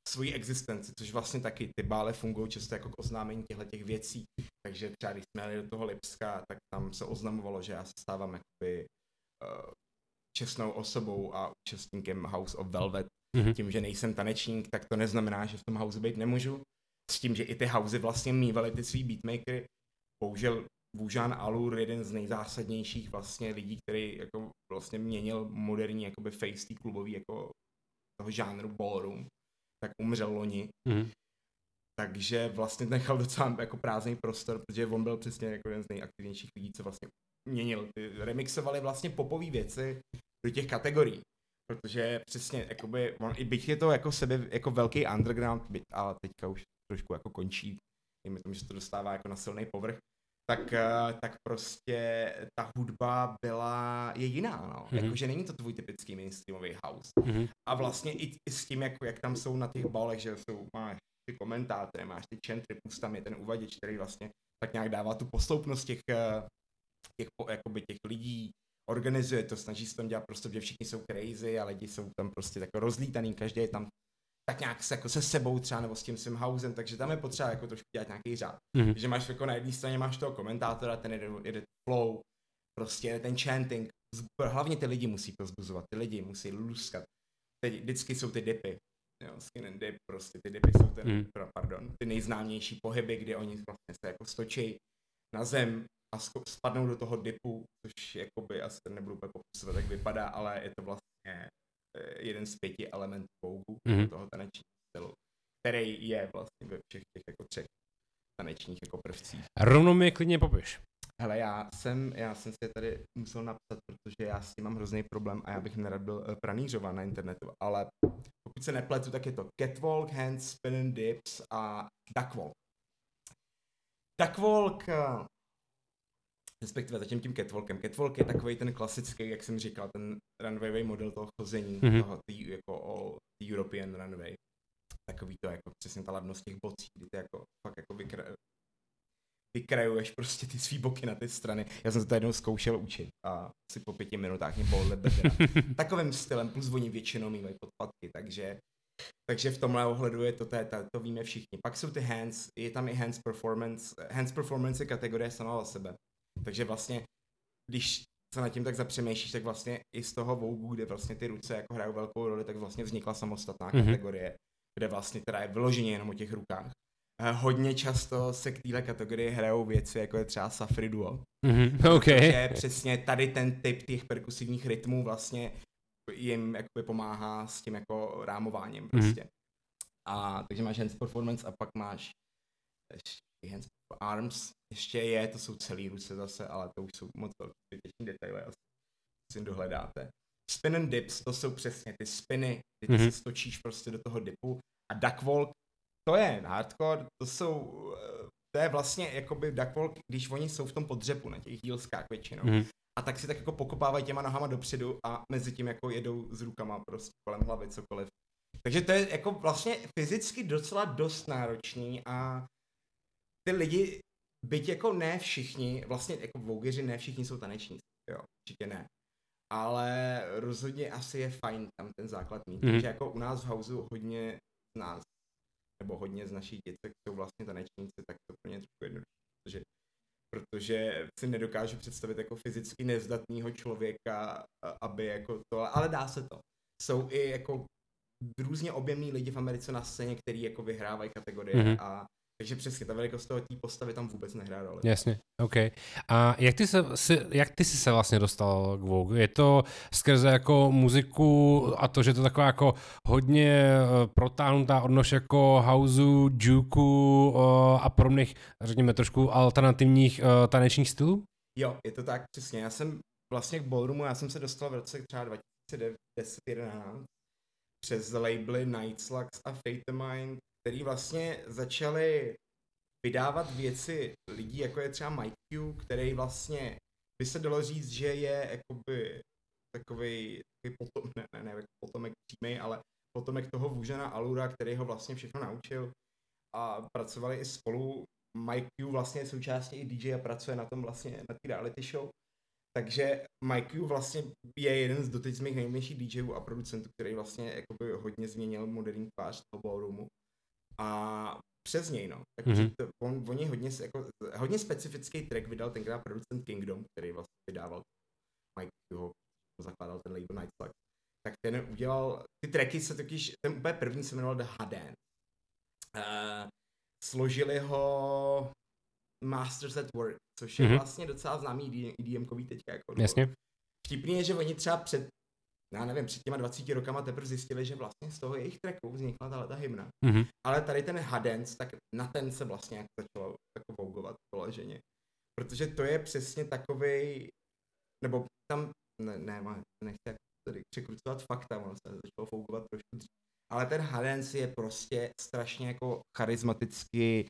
svoji existenci, což vlastně taky ty bále fungují často jako k oznámení těchto těch věcí. Takže třeba když jsme jeli do toho Lipska, tak tam se oznamovalo, že já se stávám jakoby uh, čestnou osobou a účastníkem House of Velvet. Mm-hmm. Tím, že nejsem tanečník, tak to neznamená, že v tom house být nemůžu. S tím, že i ty housey vlastně mývaly ty svý beatmakery. Bohužel Vujan Alur, jeden z nejzásadnějších vlastně lidí, který jako vlastně měnil moderní jakoby face tý klubový jako toho žánru ballroom, tak umřel loni. Mm. Takže vlastně nechal docela jako prázdný prostor, protože on byl přesně jako jeden z nejaktivnějších lidí, co vlastně měnil. Ty remixovali vlastně popové věci do těch kategorií. Protože přesně, jakoby, on, i byť je to jako sebe, jako velký underground, byť, ale teďka už trošku jako končí, dejme tomu, že se to dostává jako na silný povrch, tak, tak prostě ta hudba byla, je jiná, no. Mm-hmm. Jakože není to tvůj typický mainstreamový house. Mm-hmm. A vlastně i, i s tím, jako, jak tam jsou na těch balech, že jsou, máš ty komentátory, máš ty chantry, plus tam je ten uvaděč, který vlastně tak nějak dává tu posloupnost těch, těch, jakoby těch lidí, organizuje to, snaží se tam dělat prostě, že všichni jsou crazy a lidi jsou tam prostě jako rozlítaný, každý je tam tak nějak se, jako se sebou třeba nebo s tím svým housem, takže tam je potřeba jako trošku dělat nějaký řád. Mm-hmm. Že máš jako na jedné straně máš toho komentátora, ten jede, jede flow, prostě ten chanting, hlavně ty lidi musí pozbuzovat, ty lidi musí luskat. Teď vždycky jsou ty dipy, jo, skin and dip, prostě ty dipy jsou ten, mm. pardon, ty nejznámější pohyby, kdy oni vlastně se jako stočí na zem a spadnou do toho dipu, což jakoby asi nebudu úplně popisovat, jak vypadá, ale je to vlastně jeden z pěti elementů Vogue, mm-hmm. toho tanečního stylu, který je vlastně ve všech těch jako třech tanečních jako prvcích. Rovnou mi je klidně popiš. Hele, já jsem, já jsem si je tady musel napsat, protože já s tím mám hrozný problém a já bych nerad byl uh, pranýřován na internetu, ale pokud se nepletu, tak je to catwalk, hands, spin and dips a duckwalk. Duckwalk, uh, respektive zatím tím catwalkem. Catwalk je takový ten klasický, jak jsem říkal, ten runwayový model toho chození, mm-hmm. toho tý, jako all European runway. Takový to jako přesně ta levnost těch bocí, kdy ty jako fakt jako vykra... vykrajuješ prostě ty svý boky na ty strany. Já jsem se to jednou zkoušel učit a asi po pěti minutách mě bolely bedra. Takovým stylem, plus oni většinou mývají podpatky, takže takže v tomhle ohledu je to, to, to, to víme všichni. Pak jsou ty hands, je tam i hands performance. Hands performance je kategorie sama o sebe. Takže vlastně, když se nad tím tak zapřemýšlíš, tak vlastně i z toho Vogue, kde vlastně ty ruce jako hrajou velkou roli, tak vlastně vznikla samostatná mm-hmm. kategorie, kde vlastně teda je vyloženě jenom o těch rukách. Eh, hodně často se k téhle kategorii hrajou věci, jako je třeba Safri Duo. Mm-hmm. Okay. Protože přesně tady ten typ těch perkusivních rytmů vlastně jim jakoby pomáhá s tím jako rámováním prostě. Mm-hmm. A takže máš hands performance a pak máš hands arms, ještě je, to jsou celý ruce zase, ale to už jsou moc velký zbyteční detaily, asi si dohledáte. Spin and dips, to jsou přesně ty spiny, kdy ty mm-hmm. se stočíš prostě do toho dipu. A duckwalk, to je hardcore, to jsou, to je vlastně jakoby duckwalk, když oni jsou v tom podřepu na těch heelskách většinou. Mm-hmm. A tak si tak jako pokopávají těma nohama dopředu a mezi tím jako jedou s rukama prostě kolem hlavy, cokoliv. Takže to je jako vlastně fyzicky docela dost náročný a ty lidi, byť jako ne všichni, vlastně jako vogueři ne všichni jsou tanečníci, jo, určitě ne. Ale rozhodně asi je fajn tam ten základ mít, mm. protože jako u nás v houseu hodně z nás, nebo hodně z našich dětek jsou vlastně tanečníci, tak to pro ně trošku jednoduché, protože, protože si nedokážu představit jako fyzicky nezdatného člověka, aby jako to, ale dá se to. Jsou i jako různě objemní lidi v Americe na scéně, který jako vyhrávají kategorie mm. a takže přesně, ta velikost toho té postavy tam vůbec nehrá roli. Jasně, OK. A jak ty, se, si, jak ty jsi se vlastně dostal k Vogue? Je to skrze jako muziku a to, že to taková jako hodně protáhnutá odnož jako houseu, juku a podobných, řekněme, trošku alternativních tanečních stylů? Jo, je to tak, přesně. Já jsem vlastně k ballroomu, já jsem se dostal v roce třeba dva tisíce deset jedenáct přes labely Night Slugs a Fate Mind, který vlastně začali vydávat věci lidí, jako je třeba Mike Q, který vlastně by se dalo říct, že je jakoby takovej, takový potom, ne, ne, ne, potomek přímej, ale potomek toho Vujana Alura, který ho vlastně všechno naučil a pracovali i spolu. Mike Q vlastně je součástí i D J a pracuje na tom vlastně, na té reality show. Takže Mike Q vlastně je jeden z doteď z mých nejmenších DJů a producentů, který vlastně jakoby hodně změnil moderní tvář toho ballroomu. A přes něj, no. Takže mm-hmm. to, on, on je hodně, jako, hodně specifický track vydal tenkrát producent Kingdom, který vlastně vydával Mike Q, zakládal ten label Night Slugs. Tak ten udělal, ty tracky se totiž, ten úplně první se jmenoval The Hard Dance. Uh, složili ho Masters at Work, což je mm-hmm. vlastně docela známý EDM-kový teďka. Jako, jasně. Vtipný je, že oni třeba před, já nevím, před těma dvaceti rokama teprve zjistili, že vlastně z toho jejich tracku vznikla tahleta hymna. Mm-hmm. Ale tady ten Hard Dance, tak na ten se vlastně jako začalo jako vougovat položeně. Protože to je přesně takovej, nebo tam, ne, ne, nechci jako tady překrucovat fakta, ono se začalo foukovat trošku dřív. Ale ten Hard Dance je prostě strašně jako charismaticky,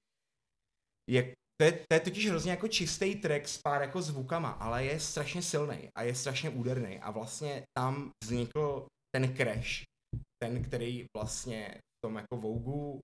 je, to, je, to je totiž hrozně jako čistý track s pár jako zvukama, ale je strašně silný a je strašně úderný a vlastně tam vznikl ten crash, ten, který vlastně v tom jako Vogue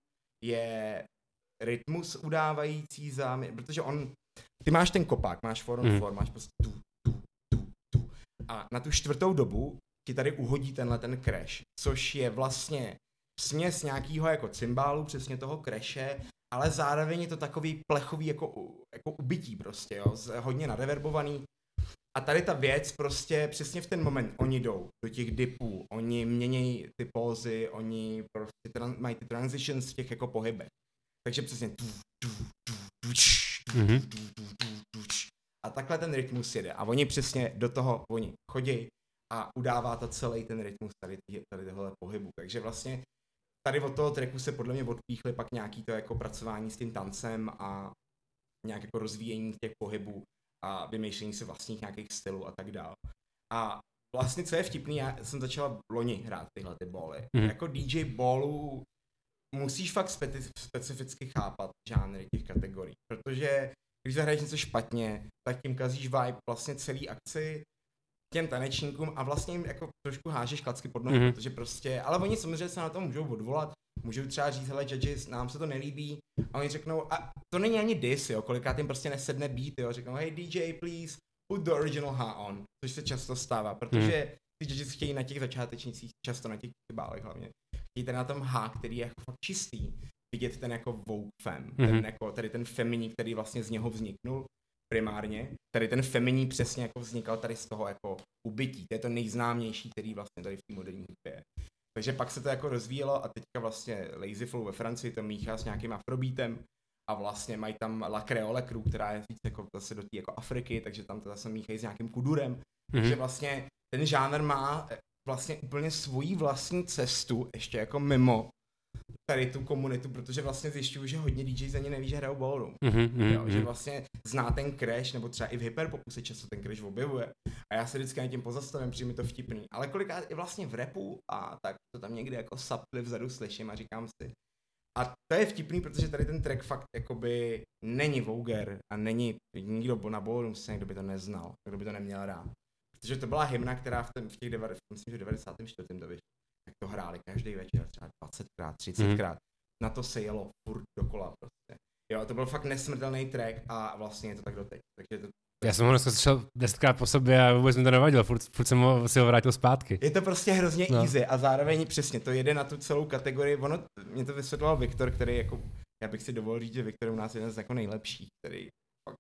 je rytmus udávající záměr, protože on, ty máš ten kopák, máš four on four, máš prostě tu, tu, tu, tu a na tu čtvrtou dobu ti tady uhodí tenhle ten crash, což je vlastně směs nějakýho jako cymbálu, přesně toho crashe, ale zároveň je to takový plechový jako, jako ubytí prostě, jo, hodně nareverbovaný. A tady ta věc prostě přesně v ten moment, oni jdou do těch dipů, oni mění ty pózy, oni prostě tran- mají ty transitions v těch jako pohybech. Takže přesně tu, tu, tu, tu, č, tu, tu, tu, tu, tu, č. A takhle ten rytmus jede. A oni přesně do toho, oni chodí a udává to celý ten rytmus tady, tady tohle pohybu. Takže vlastně tady od toho tracku se podle mě odpíchly pak nějaký to jako pracování s tím tancem a nějak jako rozvíjení těch pohybů a vymýšlení si vlastních nějakých stylů a tak dál. A vlastně co je vtipný, já jsem začala loni hrát tyhle ty bally. Mm. Jako D J ballů musíš fakt speci- specificky chápat žánry těch kategorií, protože když zahraješ něco špatně, tak tím kazíš vibe vlastně celý akci těm tanečníkům a vlastně jim jako trošku hážeš klacky pod nohy, mm-hmm. protože prostě, ale oni samozřejmě se na to můžou odvolat, můžou třeba říct, hele judges, nám se to nelíbí a oni řeknou, a to není ani diss, jo, kolikrát jim prostě nesedne beat, jo, řeknou, hey D J, please, put the original ha on, což se často stává, protože mm. ty judges chtějí na těch začátečnicích, často na těch bálech hlavně, chtějí ten na tom ha, který je jako fakt čistý, vidět ten jako Vogue fem, mm-hmm. ten jako, tady ten feminí, který vlastně z něho vzniknul, primárně. Tady ten feminí přesně jako vznikal tady z toho jako ubytí. To je to nejznámější, který vlastně tady v té moderní hudbě je. Takže pak se to jako rozvíjelo a teďka vlastně Lazy Flow ve Francii to míchá s nějakým afrobeatem a vlastně mají tam La Creole Crew, která je víc jako zase do té jako Afriky, takže tam to zase míchají s nějakým kudurem. Mm-hmm. Takže vlastně ten žánr má vlastně úplně svoji vlastní cestu, ještě jako mimo tady tu komunitu, protože vlastně zjišťuju, že hodně D J za ně neví, že hrajou ballroom. Mm-hmm, jo, že vlastně zná ten crash, nebo třeba i v hyperpopu se často ten crash objevuje. A já se vždycky na tím pozastavím, přijde mi to vtipný. Ale kolikrát i vlastně v rapu a tak to tam někde jako sapli vzadu slyším a říkám si. A to je vtipný, protože tady ten track fakt jakoby není vulgar a není nikdo na ballroom scéně, kdo by to neznal, kdo by to neměl rád. Protože to byla hymna, která v, ten, v těch devadesátých, myslím, že devadesátém čtvrtém to vyšlo. Tak to hráli každý večer, třeba dvacetkrát, třicetkrát. Mm. Na to se jelo furt dokola prostě. Jo, to byl fakt nesmrtelný track a vlastně je to tak doteď. Takže to... Já jsem ho dneska slyšel desetkrát po sobě a vůbec mi to nevadilo, furt, furt jsem ho, si ho vrátil zpátky. Je to prostě hrozně no. easy a zároveň přesně to jede na tu celou kategorii. Ono, mě to vysvětloval Viktor, který jako, já bych si dovolil říct, že Viktor je u nás jeden z jako nejlepších, který fakt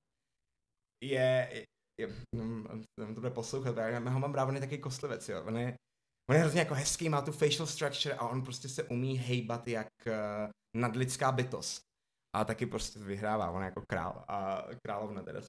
je, je, je no, to bude poslouchat, já ho mám rád, on je taky kostlivec, jo, on je, on je hrozně jako hezký, má tu facial structure a on prostě se umí hejbat jak uh, nadlidská bytost. A taky prostě vyhrává, on je jako král a královna teda.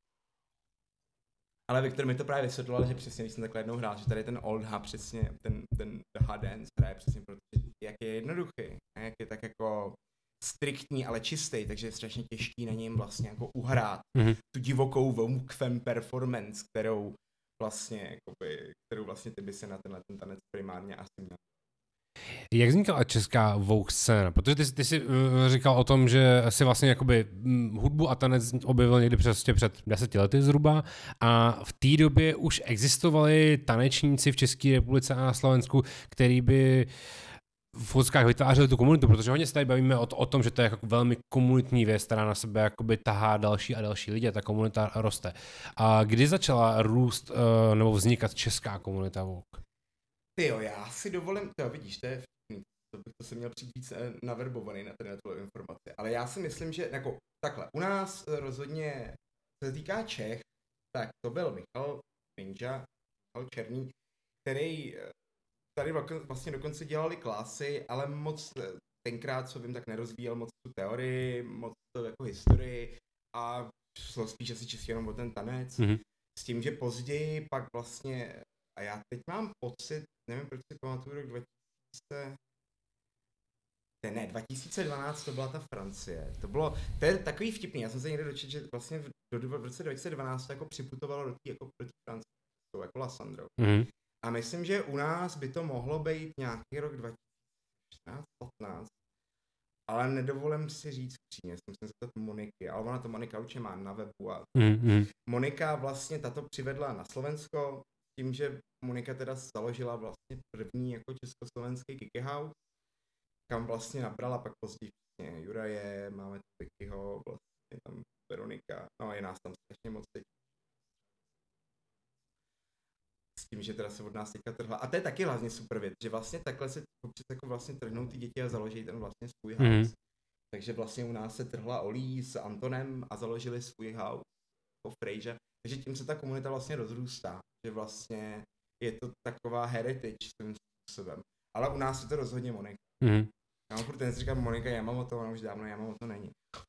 Ale Viktor mi to právě vysvětloval, že přesně, když jsem takhle jednou hrál, že tady ten old hub přesně, ten, ten hard dance hraje přesně, protože jak je jednoduchý, jak je tak jako striktní, ale čistý, takže je strašně těžký na něm vlastně jako uhrát mm-hmm. tu divokou vogue performance, kterou vlastně, jakoby, kterou vlastně ty by se na tenhle ten tanec primárně asi měl. Jak vznikala česká Vogue scéna? Protože ty, ty jsi uh, říkal o tom, že si vlastně jakoby um, hudbu a tanec objevil někdy přesně před deseti lety zhruba a v té době už existovali tanečníci v České republice a na Slovensku, který by v fotkách vytvářeli tu komunitu, protože hodně se tady bavíme o, o tom, že to je jako velmi komunitní věc, která na sebe jakoby tahá další a další lidi a ta komunita roste. A kdy začala růst uh, nebo vznikat česká komunita Vogue? Ty jo, já si dovolím, to vidíš, to je vtipný, to bych to se měl přijít víc naverbovaný na tady na informace, ale já si myslím, že jako takhle, u nás rozhodně, co se týká Čech, tak to byl Michal Ninja, Michal Černý, který tady vlastně dokonce dělali klasy, ale moc tenkrát, co vím, tak nerozvíjel moc tu teorii, moc to jako historii a šlo spíš asi čistě jenom o ten tanec. Mm-hmm. S tím, že později pak vlastně, a já teď mám pocit, nevím, proč si pamatuju rok dva tisíce, ne, dva tisíce dvanáct to byla ta Francie, to bylo, to je takový vtipný, já jsem se někde dočetl, že vlastně v, do, v roce dva tisíce dvanáct to jako připutovalo do tý, jako proti Francii, to jako La Sandro. Mm-hmm. A myslím, že u nás by to mohlo být nějaký rok dva tisíce čtrnáct patnáct, ale nedovolím si říct přímě, jsem se zeptat Moniky, ale ona to Monika určitě má na webu a mm-hmm. Monika vlastně tato přivedla na Slovensko, tím, že Monika teda založila vlastně první jako československý Kiki House, kam vlastně nabrala pak později vlastně Juraje, máme tu Kikiho, vlastně tam Veronika, no je nás tam strašně moc teď. S tím, že teda se od nás teďka trhla. A to je taky vlastně super věc, že vlastně takhle se občas jako vlastně trhnou ty děti a založí ten vlastně svůj house. Mm. Takže vlastně u nás se trhla Olí s Antonem a založili svůj house jako Frejža. Takže tím se ta komunita vlastně rozrůstá, že vlastně je to taková heritage svým způsobem. Ale u nás je to rozhodně Monika. Mm. Já mám furt ten, říkám Monika Yamamoto, ona už dávno Yamamoto není.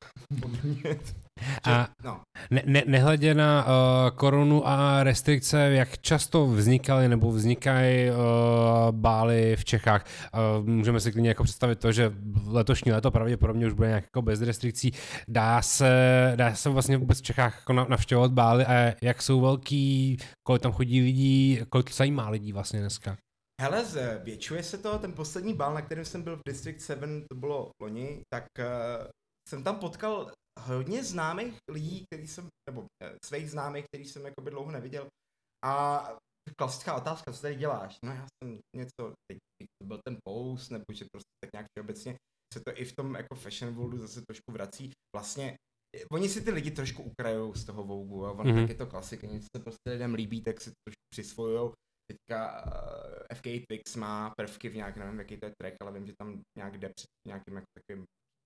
A no. ne, ne, nehledě na uh, korunu a restrikce, jak často vznikaly nebo vznikají uh, bály v Čechách? Uh, můžeme si klidně jako představit to, že letošní léto pravděpodobně už bude nějak jako bez restrikcí. Dá se, dá se vlastně vůbec v Čechách jako navštěvovat bály a jak jsou velký, kolik tam chodí lidí, kolik to zajímá lidí vlastně dneska? Hele, zvětšuje se to, ten poslední bál, na kterém jsem byl v District sedm, to bylo loni, tak uh, jsem tam potkal hodně známých lidí, který jsem, nebo uh, svých známých, který jsem jakoby dlouho neviděl. A klasická otázka, co tady děláš? No já jsem něco, teď to byl ten post, nebo že prostě tak nějak všeobecně se to i v tom jako fashion worldu zase trošku vrací. Vlastně, oni si ty lidi trošku ukrajou z toho Vogue, a on mm-hmm. tak je to klasika, něco se prostě lidem líbí, tak si to trošku přisvojujou. Teďka uh, F K Twix má prvky v nějak, nevím, jaký to je track, ale vím, že tam nějak jde před nějakým jako takovým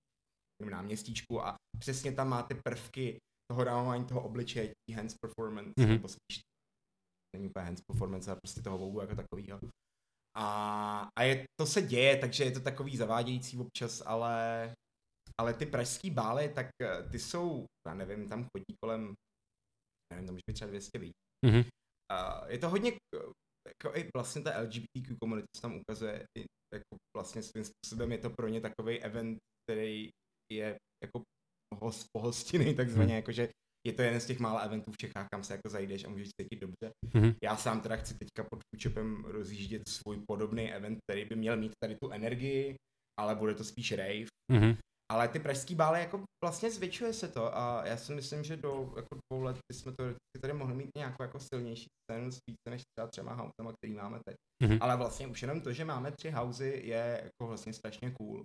náměstíčku a přesně tam má ty prvky toho dávání toho obličeje, hands performance, mm-hmm. nebo spíš není úplně hands performance, ale prostě toho Vogue jako takovýho. A, a je, to se děje, takže je to takový zavádějící občas, ale, ale ty pražský bály, tak ty jsou, já nevím, tam chodí kolem, nevím, tam může být třeba dvě stě lidí. Mm-hmm. Uh, je to hodně, jako i vlastně ta L G B T Q komunita se tam ukazuje, jako vlastně svým způsobem je to pro ně takovej event, který je jako host, pohostinný takzvaně, mm. jakože je to jeden z těch mála eventů v Čechách, kam se jako zajdeš a můžeš cítit dobře. Mm. Já sám teda chci teďka pod Foodshopem rozjíždět svůj podobný event, který by měl mít tady tu energii, ale bude to spíš rave. Mm. Ale ty pražský bály, jako vlastně zvětšuje se to a já si myslím, že do jako dvou let bychom to tady mohli mít nějakou jako silnější scénu více než třeba třema housema, který máme teď. Mm-hmm. Ale vlastně už jenom to, že máme tři housey, je jako vlastně strašně cool.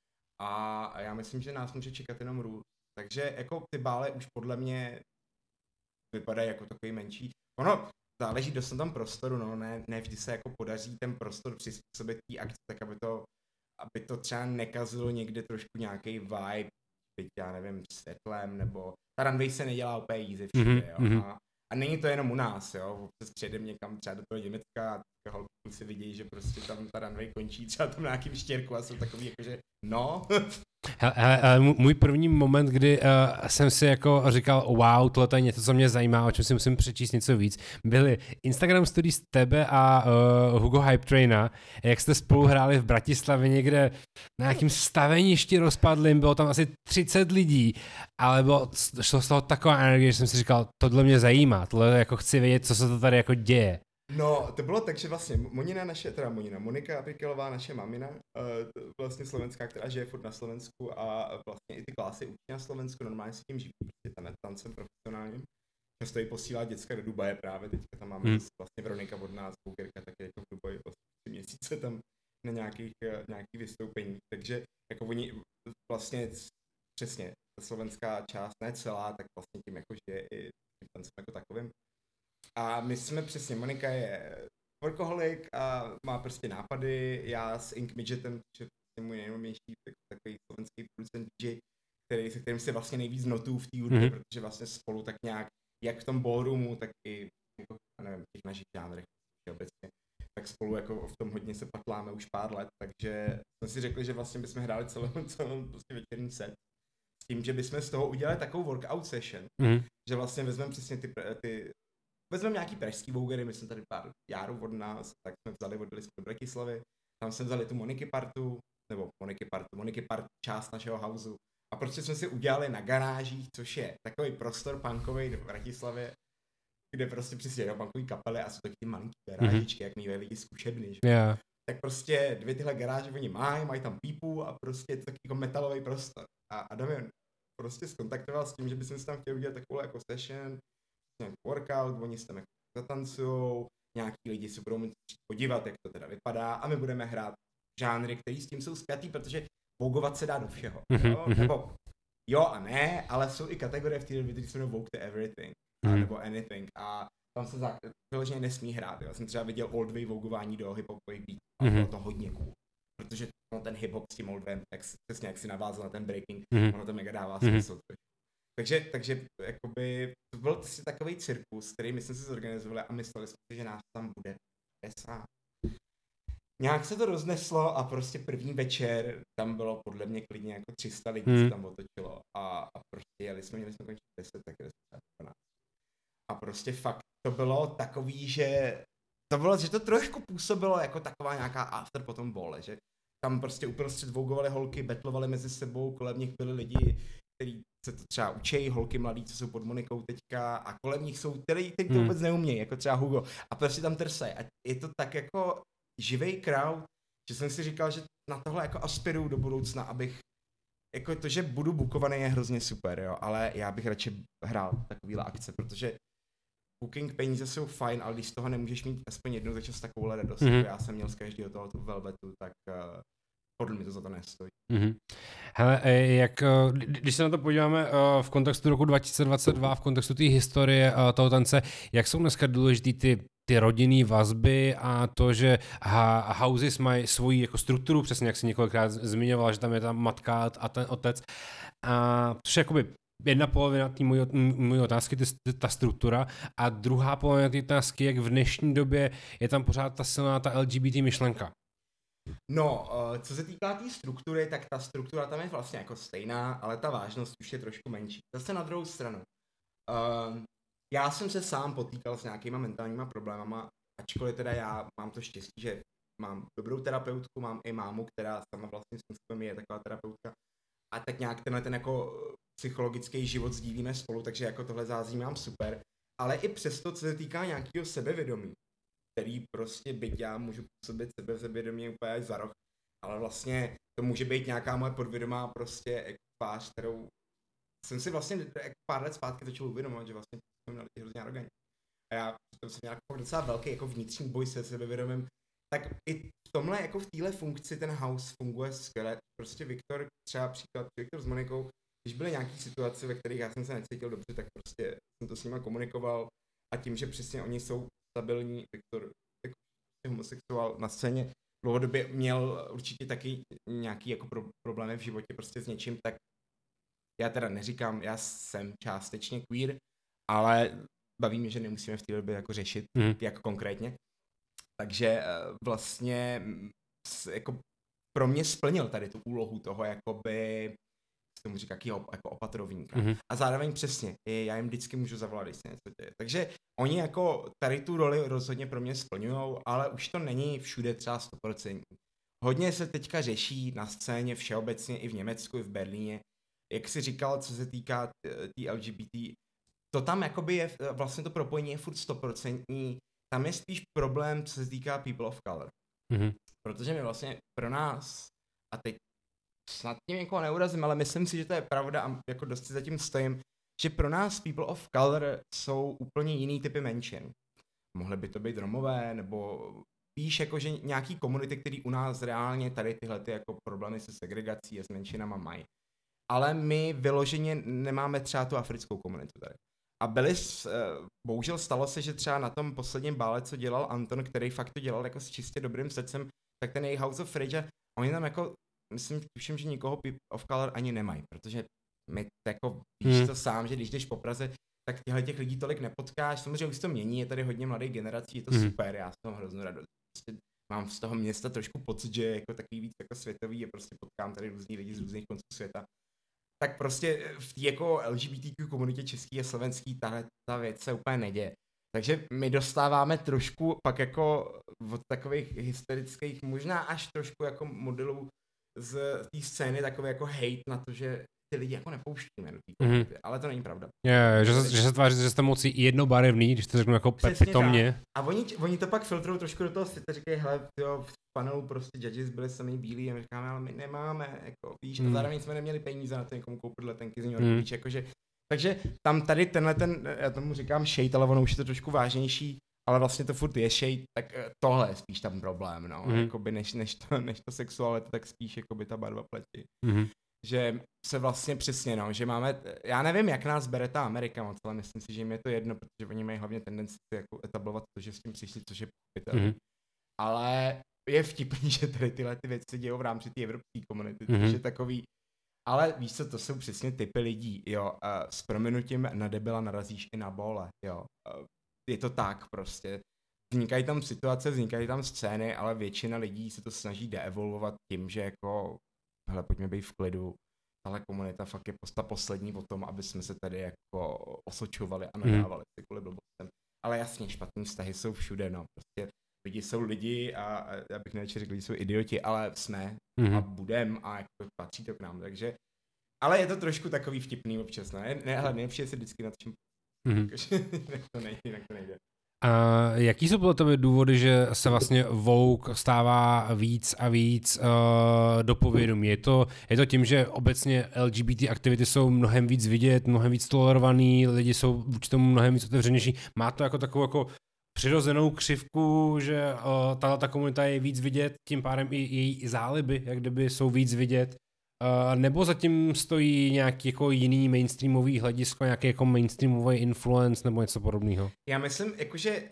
A, a já myslím, že nás může čekat jenom růst. Takže jako ty bály už podle mě vypadají jako takový menší. Ono záleží dost na tom prostoru, no, ne, ne vždy se jako podaří ten prostor přizpůsobit té akci, tak aby to aby to třeba nekazilo někde trošku nějaký vibe, byť já nevím, světlem, nebo ta runway se nedělá úplně easy všude, mm-hmm. jo. A, a není to jenom u nás, jo, občas přijedem někam třeba do toho Německa a holky si vidějí, že prostě tam ta runway končí třeba tam na nějakým štěrku a jsou takový jakože, no. Hele, hele, můj první moment, kdy uh, jsem si jako říkal, wow, tohle je něco, co mě zajímá, o čem si musím přečíst něco víc, byly Instagram stories tebe a uh, Hugo Hype Traina, jak jste spolu hráli v Bratislavě někde na nějakým staveništi rozpadlým, bylo tam asi třicet lidí, ale bylo, šlo z toho taková energie, že jsem si říkal, tohle mě zajímá, tohle jako chci vědět, co se to tady jako děje. No, to bylo tak, že vlastně Monina naše, teda Monina, Monika Aprikelová, naše mamina, uh, vlastně slovenská, která žije furt na Slovensku a vlastně i ty klásy učí na Slovensku, normálně si tím živí, prostě tam tancem profesionálním. Často jí posílá děcka do Dubaje právě, teďka tam máme hmm. vlastně Veronika od nás, Bougerka, taky jako v Dubaji, vlastně tři měsíce tam na nějakých, nějakých vystoupeních, takže jako oni vlastně přesně ta slovenská část, ne celá, tak vlastně tím jako žije i tím tancem jako takovým. A my jsme přesně, Monika je workoholik a má prostě nápady, já s Ink Midgetem, což je prostě můj nejnovější takový slovenský producent D J, který, se kterým se vlastně nejvíc notuju v té hudbě, mm-hmm. protože vlastně spolu tak nějak, jak v tom ballroomu, tak i jako, nevím, těch našich žánrech obecně, tak spolu jako v tom hodně se patláme už pár let, takže jsme si řekli, že vlastně bychom hráli celou, celou prostě večerní set. S tím, že bychom z toho udělali takovou workout session, mm-hmm. že vlastně vezmeme přesně ty, ty vezmeme nějaký pražský vougery, my jsme tady pár járů od nás, tak jsme vzali, odjeli jsme do Bratislavy, tam jsme vzali tu Moniky partu, nebo Moniky partu, Moniky part část našeho houseu. A prostě jsme si udělali na garážích, což je takový prostor punkový v Bratislavě, kde prostě přesně jedou punkový kapely a jsou taky ty malinký garážičky, mm-hmm. jak mývají lidi zkušebny, že? Yeah. Tak prostě dvě tyhle garáže oni mají, mají tam pípu a prostě je to taky jako metalový prostor. A Adam je prostě skontaktoval s tím, že bychom si tam chtěli udělat takovou jako session, nějaký workout, oni se tam jako zatancujou, nějaký lidi se budou podívat, jak to teda vypadá a my budeme hrát žánry, které s tím jsou spjatý, protože vougovat se dá do všeho, jo? Nebo jo a ne, ale jsou i kategorie v té době, které se jmenují Vogue to Everything, a, nebo Anything a tam se zá... vyloženě nesmí hrát, jo? Já jsem třeba viděl old way vougování do hip-hopových beatů a bylo to hodně cool, protože no, ten hip-hop s tím old wayem, jak, přesně jak si navázal na ten breaking, ono to mega dává smysl. Takže, takže jakoby, to byl si takový cirkus, který my jsme si zorganizovali a mysleli jsme si, že nás tam bude padesát. Nějak se to rozneslo a prostě první večer tam bylo podle mě klidně jako tři sta lidí, hmm. se tam otočilo a, a prostě jeli jsme, měli jsme končit deset, tak jeli jsme dvanáct. A prostě fakt to bylo takový, že to bylo, že to trošku působilo jako taková nějaká after potom bole, že tam prostě uprostřed vougovaly holky, battlovali mezi sebou, kolem nich byli lidi, který se to třeba učejí, holky mladí, co jsou pod Monikou teďka a kolem nich jsou, který, který to vůbec neumějí, jako třeba Hugo a prostě tam trsají a je to tak jako živej crowd, že jsem si říkal, že na tohle jako aspiruju do budoucna, abych, jako to, že budu bookovaný je hrozně super, jo, ale já bych radši hrál takovýhle akce, protože booking peníze jsou fajn, ale když z toho nemůžeš mít aspoň jednou za čas takovouhle radost, mm-hmm. já jsem měl z každého tohoto velvetu, tak uh, podle mě to za to nestojí. Mm-hmm. Hele, jak, když se na to podíváme v kontextu roku dva tisíce dvacet dva, v kontextu té historie toho tance, jak jsou dneska důležitý ty, ty rodinný vazby a to, že ha, houses mají svoji jako strukturu, přesně jak jsi několikrát zmiňoval, že tam je ta matka a ten otec. A což je jakoby jedna polovina té mojí otázky, ty, ta struktura, a druhá polovina té otázky, jak v dnešní době je tam pořád ta silná ta L G B T myšlenka. No, co se týká té tý struktury, tak ta struktura tam je vlastně jako stejná, ale ta vážnost už je trošku menší. Zase na druhou stranu. Uh, já jsem se sám potýkal s nějakýma mentálníma problémama, ačkoliv teda já mám to štěstí, že mám dobrou terapeutku, mám i mámu, která sama vlastně způsobem je taková terapeutka. A tak nějak tenhle ten jako psychologický život sdílíme spolu, takže jako tohle zázemí mám super. Ale i přesto, co se týká nějakého sebevědomí, který prostě byť já můžu působit sebevědomě úplně až za rok, ale vlastně to může být nějaká moje podvědomá prostě jako tvář, kterou jsem si vlastně jako pár let zpátky začal uvědomovat, že vlastně jsem měl hrozně arrogantní. A já jsem měl jako docela velký jako vnitřní boj se sebevědomím, tak i v tomhle, jako v téhle funkci ten house funguje skvěle. Prostě Viktor, třeba příklad, Viktor s Monikou, když byly nějaké situace, ve kterých já jsem se necítil dobře, tak prostě jsem to s nima komunikoval a tím, že přesně oni jsou stabilní, Viktor jako homosexuál na scéně dlouhodobě měl určitě taky nějaký jako pro, problémy v životě prostě s něčím, tak já teda neříkám, já jsem částečně queer, ale baví mě, že nemusíme v té době jako řešit, mm. jak konkrétně. Takže vlastně jako pro mě splnil tady tu úlohu toho jakoby, co tomu říká, jako opatrovníka. Mm-hmm. A zároveň přesně, já jim vždycky můžu zavolat, když se něco děje. Takže oni jako tady tu roli rozhodně pro mě splňujou, ale už to není všude třeba sto procent. Hodně se teďka řeší na scéně všeobecně i v Německu, i v Berlíně. Jak jsi říkal, co se týká té L G B T, to tam jakoby je, vlastně to propojení je furt stoprocentní. Tam je spíš problém, co se týká people of color. Mm-hmm. Protože my vlastně pro nás, a teď snad tím někoho neurazím, ale myslím si, že to je pravda a jako dost si zatím stojím, že pro nás people of color jsou úplně jiný typy menšin. Mohly by to být Romové, nebo víš, jakože nějaký komunity, který u nás reálně tady tyhle ty jako problémy se segregací a s menšinama mají. Ale my vyloženě nemáme třeba tu africkou komunitu tady. A byli, bohužel stalo se, že třeba na tom posledním bále, co dělal Anton, který fakt to dělal jako s čistě dobrým srdcem, tak ten jejich House of Rage, oni tam jako, myslím, tuším, že nikoho of color ani nemají, protože my jako víš hmm. to sám, že když jdeš po Praze, tak těchto těch lidí tolik nepotkáš. Samozřejmě už to mění, je tady hodně mladých generací, je to hmm. super, já jsem hroznou radost. Prostě mám z toho města trošku pocit, že je jako takový víc jako světový a prostě potkám tady různý lidi z různých konců světa. Tak prostě v té jako L G B T Q komunitě český a slovenský tahle ta věc se úplně neděje. Takže my dostáváme trošku pak jako od takových historických, možná až trošku jako modelů z té scény takový jako hate na to, že ty lidi jako nepouštíme do té komunity, mm-hmm. ale to není pravda. Je, že, že se tváří, že jste moci jednobarevný, když to řeknu jako pitomně. A oni, oni to pak filtrují trošku do toho světa, říkají, hele, jo, v panelu prostě judges byli sami bílí a my říkáme, ale my nemáme, jako víš, mm. a zároveň jsme neměli peníze na to někomu koupit letenky z New Yorku, mm. víš, jakože, takže tam tady tenhle ten, já tomu říkám shade, ale ono už je to trošku vážnější, ale vlastně to furt je shade, tak tohle je spíš tam problém, no, mm. jakoby než, než, to, než to sexualita, tak spíš jakoby ta barva pleti. Mm. Že se vlastně přesně, no, že máme, já nevím, jak nás bere ta Amerika moc, ale myslím si, že jim je to jedno, protože oni mají hlavně tendenci jako etablovat to, že s tím přišli, což je pochopitelné. Mm-hmm. Ale je vtipný, že tady tyhle ty věci dějou v rámci té evropské komunity, mm-hmm. což je takový, ale víš co, to jsou přesně typy lidí, jo, uh, s prominutím na debila narazíš i na bole, jo, uh, je to tak prostě. Vznikají tam situace, vznikají tam scény, ale většina lidí se to snaží deevolvovat tím, že jako hele, pojďme být v klidu, tahle komunita fakt je posta poslední o tom, aby jsme se tady jako osočovali a nadávali mm. si kvůli blbostem. Ale jasně, špatný vztahy jsou všude, no, prostě lidi jsou lidi a, a já bych nejradši řekl, lidi jsou idioti, ale jsme mm. a budem a jako patří to k nám, takže, ale je to trošku takový vtipný občas, ne, ne hele, nejlepší se vždycky nad čím, mm. jinak to nejde, jinak to nejde. A jaký jsou podle tebe důvody, že se vlastně Vogue stává víc a víc uh, do povědomí? Je to, je to tím, že obecně L G B T aktivity jsou mnohem víc vidět, mnohem víc tolerovaný, lidi jsou vůči tomu mnohem víc otevřenější. Má to jako takovou jako přirozenou křivku, že uh, tato komunita je víc vidět, tím pádem i její záliby, jak kdyby jsou víc vidět. Uh, nebo zatím stojí nějaký jako jiný mainstreamový hledisko, nějaký jako mainstreamový influence nebo něco podobného? Já myslím, jakože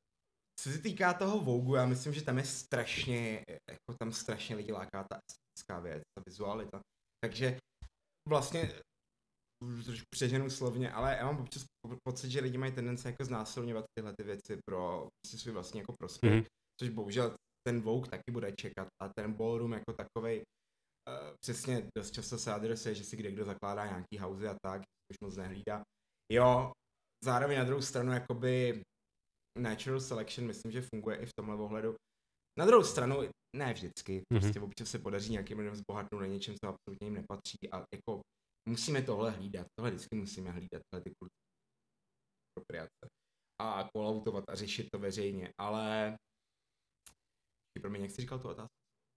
co se týká toho Vogue, já myslím, že tam je strašně, jako tam strašně lidi láká ta estetická věc, ta vizualita. Takže vlastně trošku přeženu slovně, ale já mám občas pocit, že lidi mají tendence jako znásilňovat tyhle ty věci pro si svůj vlastní jako prospěch, mm-hmm. což bohužel ten Vogue taky bude čekat a ten ballroom jako takovej Uh, přesně dost často se adresuje, že si kde kdo zakládá nějaký housey a tak, už moc nehlídá. Jo, zároveň na druhou stranu jakoby natural selection myslím, že funguje i v tomhle ohledu. Na druhou stranu ne vždycky, mm-hmm. prostě občas se podaří nějakým lidem zbohatnout na něčem, co absolutně jim nepatří a jako musíme tohle hlídat, tohle vždycky musíme hlídat, tohle ty apropriace a call-outovat a řešit to veřejně, ale pro mě, jak jsi říkal tu otázku?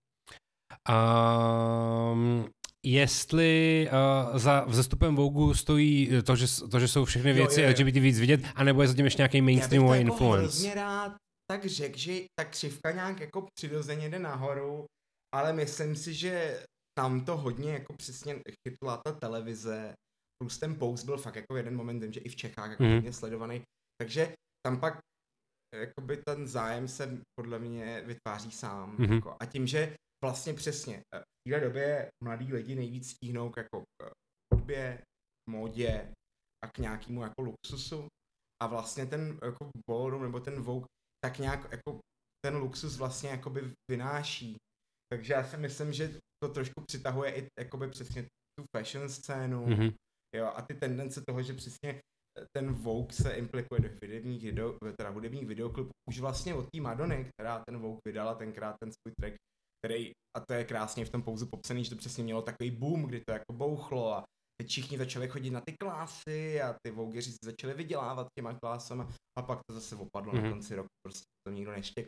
Um, jestli uh, za vzestupem Vogue stojí to, že, to, že jsou všechny věci jo, jo, jo. L G B T víc vidět, anebo je zatím ještě nějaký mainstreamový influence? Já bych to jako hrozně rád tak řekl, že ta křivka nějak jako přirozeně jde nahoru, ale myslím si, že tam to hodně jako přesně chytla ta televize, plus ten Post byl fakt jako jeden moment, že i v Čechách jako mm. hodně sledovaný, takže tam pak jakoby ten zájem se podle mě vytváří sám. Mm-hmm. Jako, a tím, že vlastně přesně v téhle době mladí lidi nejvíc stíhnou jako k hudbě, módě a k nějakému jako luxusu a vlastně ten jako ballroom nebo ten Vogue tak nějak jako ten luxus vlastně jakoby vynáší. Takže já si myslím, že to trošku přitahuje i jakoby přesně tu fashion scénu, mm-hmm. jo, a ty tendence toho, že přesně ten Vogue se implikuje do hudebních video, teda hudebních videoklipů už vlastně od té Madony, která ten Vogue vydala tenkrát ten svůj track, který, a to je krásně v tom Pouzu popsaný, že to přesně mělo takový boom, kdy to jako bouchlo a teď všichni začali chodit na ty klásy a ty Vogueři si začali vydělávat těma klásama a pak to zase opadlo mm-hmm. na konci roku, prostě to nikdo neštěk.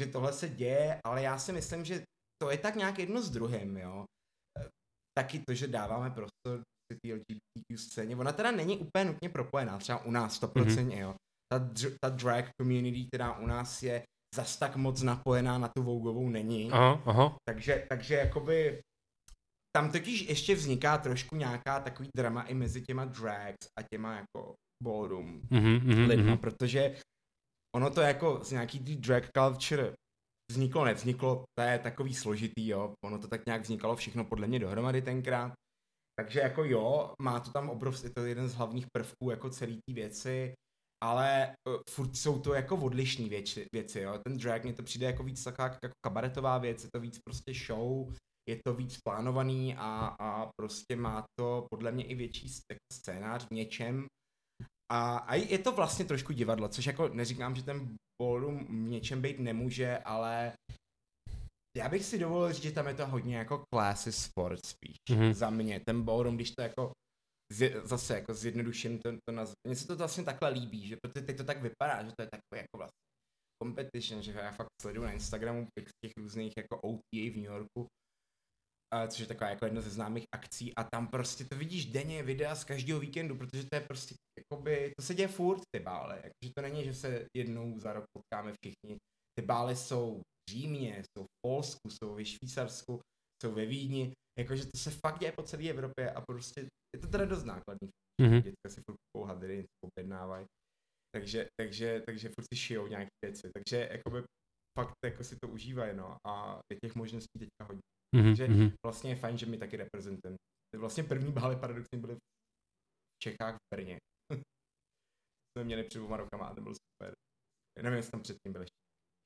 takže tohle se děje, ale já si myslím, že to je tak nějak jedno s druhým, jo. Taky to, že dáváme prostor té L G B T Q scéně, ona teda není úplně nutně propojená, třeba u nás sto procent, mm-hmm. jo. Ta, dr- ta drag community, která u nás je zas tak moc napojená na tu Vogueovou není. Aha, aha. Takže, takže jakoby tam totiž ještě vzniká trošku nějaká takový drama i mezi těma drags a těma jako ballroom mm-hmm, lidma, mm-hmm. protože ono to jako z nějaký tý drag culture vzniklo, nevzniklo, to je takový složitý, jo, ono to tak nějak vznikalo všechno podle mě dohromady tenkrát, takže jako jo, má to tam obrovský, to je jeden z hlavních prvků jako celý té věci, ale uh, furt jsou to jako odlišný věci, věci, jo, ten drag mně to přijde jako víc taková jako kabaretová věc, je to víc prostě show, je to víc plánovaný a, a prostě má to podle mě i větší scénář v něčem. A, a je to vlastně trošku divadlo, což jako neříkám, že ten ballroom v něčem být nemůže, ale já bych si dovolil říct, že tam je to hodně jako classy sport spíš. Mm-hmm. Za mě, ten ballroom, když to jako zje, zase jako zjednoduším to, to nazvat. Mně se to vlastně takhle líbí, že protože teď to tak vypadá, že to je takový jako vlastně competition, že já fakt sleduju na Instagramu těch různých jako O T A v New Yorku, Uh, což je taková jako jedna ze známých akcí a tam prostě to vidíš denně videa z každého víkendu, protože to je prostě jakoby, to se děje furt ty bále, jakože to není, že se jednou za rok potkáme všichni, ty bále jsou v Římě, jsou v Polsku, jsou ve Švýcarsku, jsou ve Vídni, jakože to se fakt děje po celé Evropě a prostě je to teda dost nákladný, mm-hmm. dětka si furt kupou hadry, objednávají, takže, takže, takže furt si šijou nějaké věci, takže jakoby fakt jako si to užívají, no a je těch možností teďka hodně. Mm-hmm. Takže vlastně je fajn, že my taky reprezentujeme. Vlastně první bály paradoxně byly v Čechách v Brně. Jsme měli před dvěma rokama a to byl super. Já nevím, jestli tam předtím byl ještě.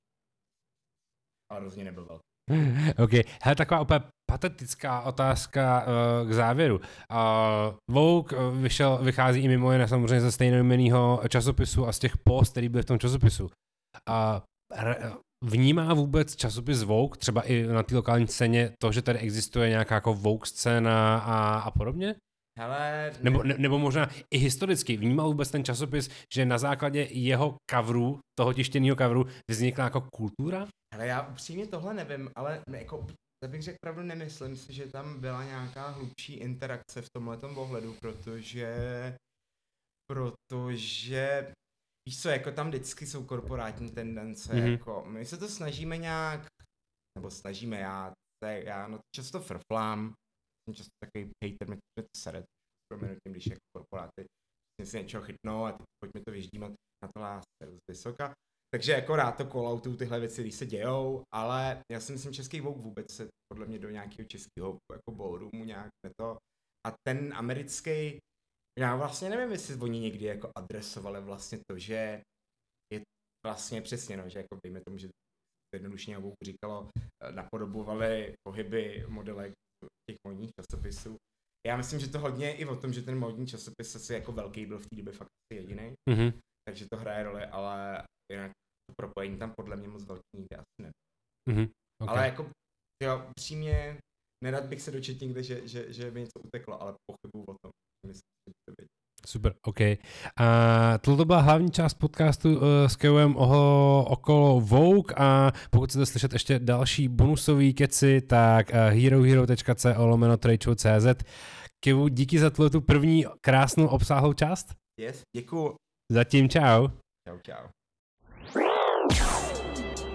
Ale rozhodně nebyl velký. OK. Hele, taková úplně patetická otázka uh, k závěru. Uh, Vogue uh, vyšel, vychází i mimo jiné samozřejmě ze stejnojmenného časopisu a z těch post, který byly v tom časopisu. Uh, re, Vnímá vůbec časopis Vogue, třeba i na té lokální scéně, to, že tady existuje nějaká jako Vogue scéna a, a podobně? Hele, ne... nebo, ne, nebo možná i historicky, vnímal vůbec ten časopis, že na základě jeho coveru, toho tištěného coveru, vznikla jako kultura? Hele, já upřímně tohle nevím, ale ne, jako, tak bych řekl pravdu, nemyslím si, že tam byla nějaká hlubší interakce v tomhletom ohledu, protože protože víš co, jako tam vždycky jsou korporátní tendence, mm-hmm. jako my se to snažíme nějak, nebo snažíme, já, te, já no často frflám, jsem často takový hater, mě to sere, proměnutím, když jako korporáty si něčeho chytnou a teď pojďme to vyždímat na to já z vysoka. Takže jako rád to calloutuju tyhle věci, když se dějou, ale já si myslím, český Vogue vůbec se podle mě do nějakého českého jako ballroomu nějak to. A ten americký, já vlastně nevím, jestli oni někdy jako adresovali vlastně to, že je vlastně přesně, no, že jako dejme tomu, že jednodušně Vogue říkalo, napodobovali pohyby modelek těch modních časopisů. Já myslím, že to hodně je i o tom, že ten modní časopis asi jako velký byl v té době fakt asi jediný, mm-hmm. takže to hraje roli, ale jinak to propojení tam podle mě moc velký nikdy asi ne. Mm-hmm. Okay. Ale jako, jo, přímě, nerad bych se dočet někde, že, že, že by něco uteklo, ale pochybuju o tom. Myslím, že to být. Super, OK. A tohle byla hlavní část podcastu uh, s Kevem okolo Vogue a pokud chcete slyšet ještě další bonusový keci, tak uh, herohero.co lomeno trejčou tečka cé zet. Kevu, díky za tu první krásnou obsáhlou část. Yes, děkuju. Zatím čau. Čau, čau.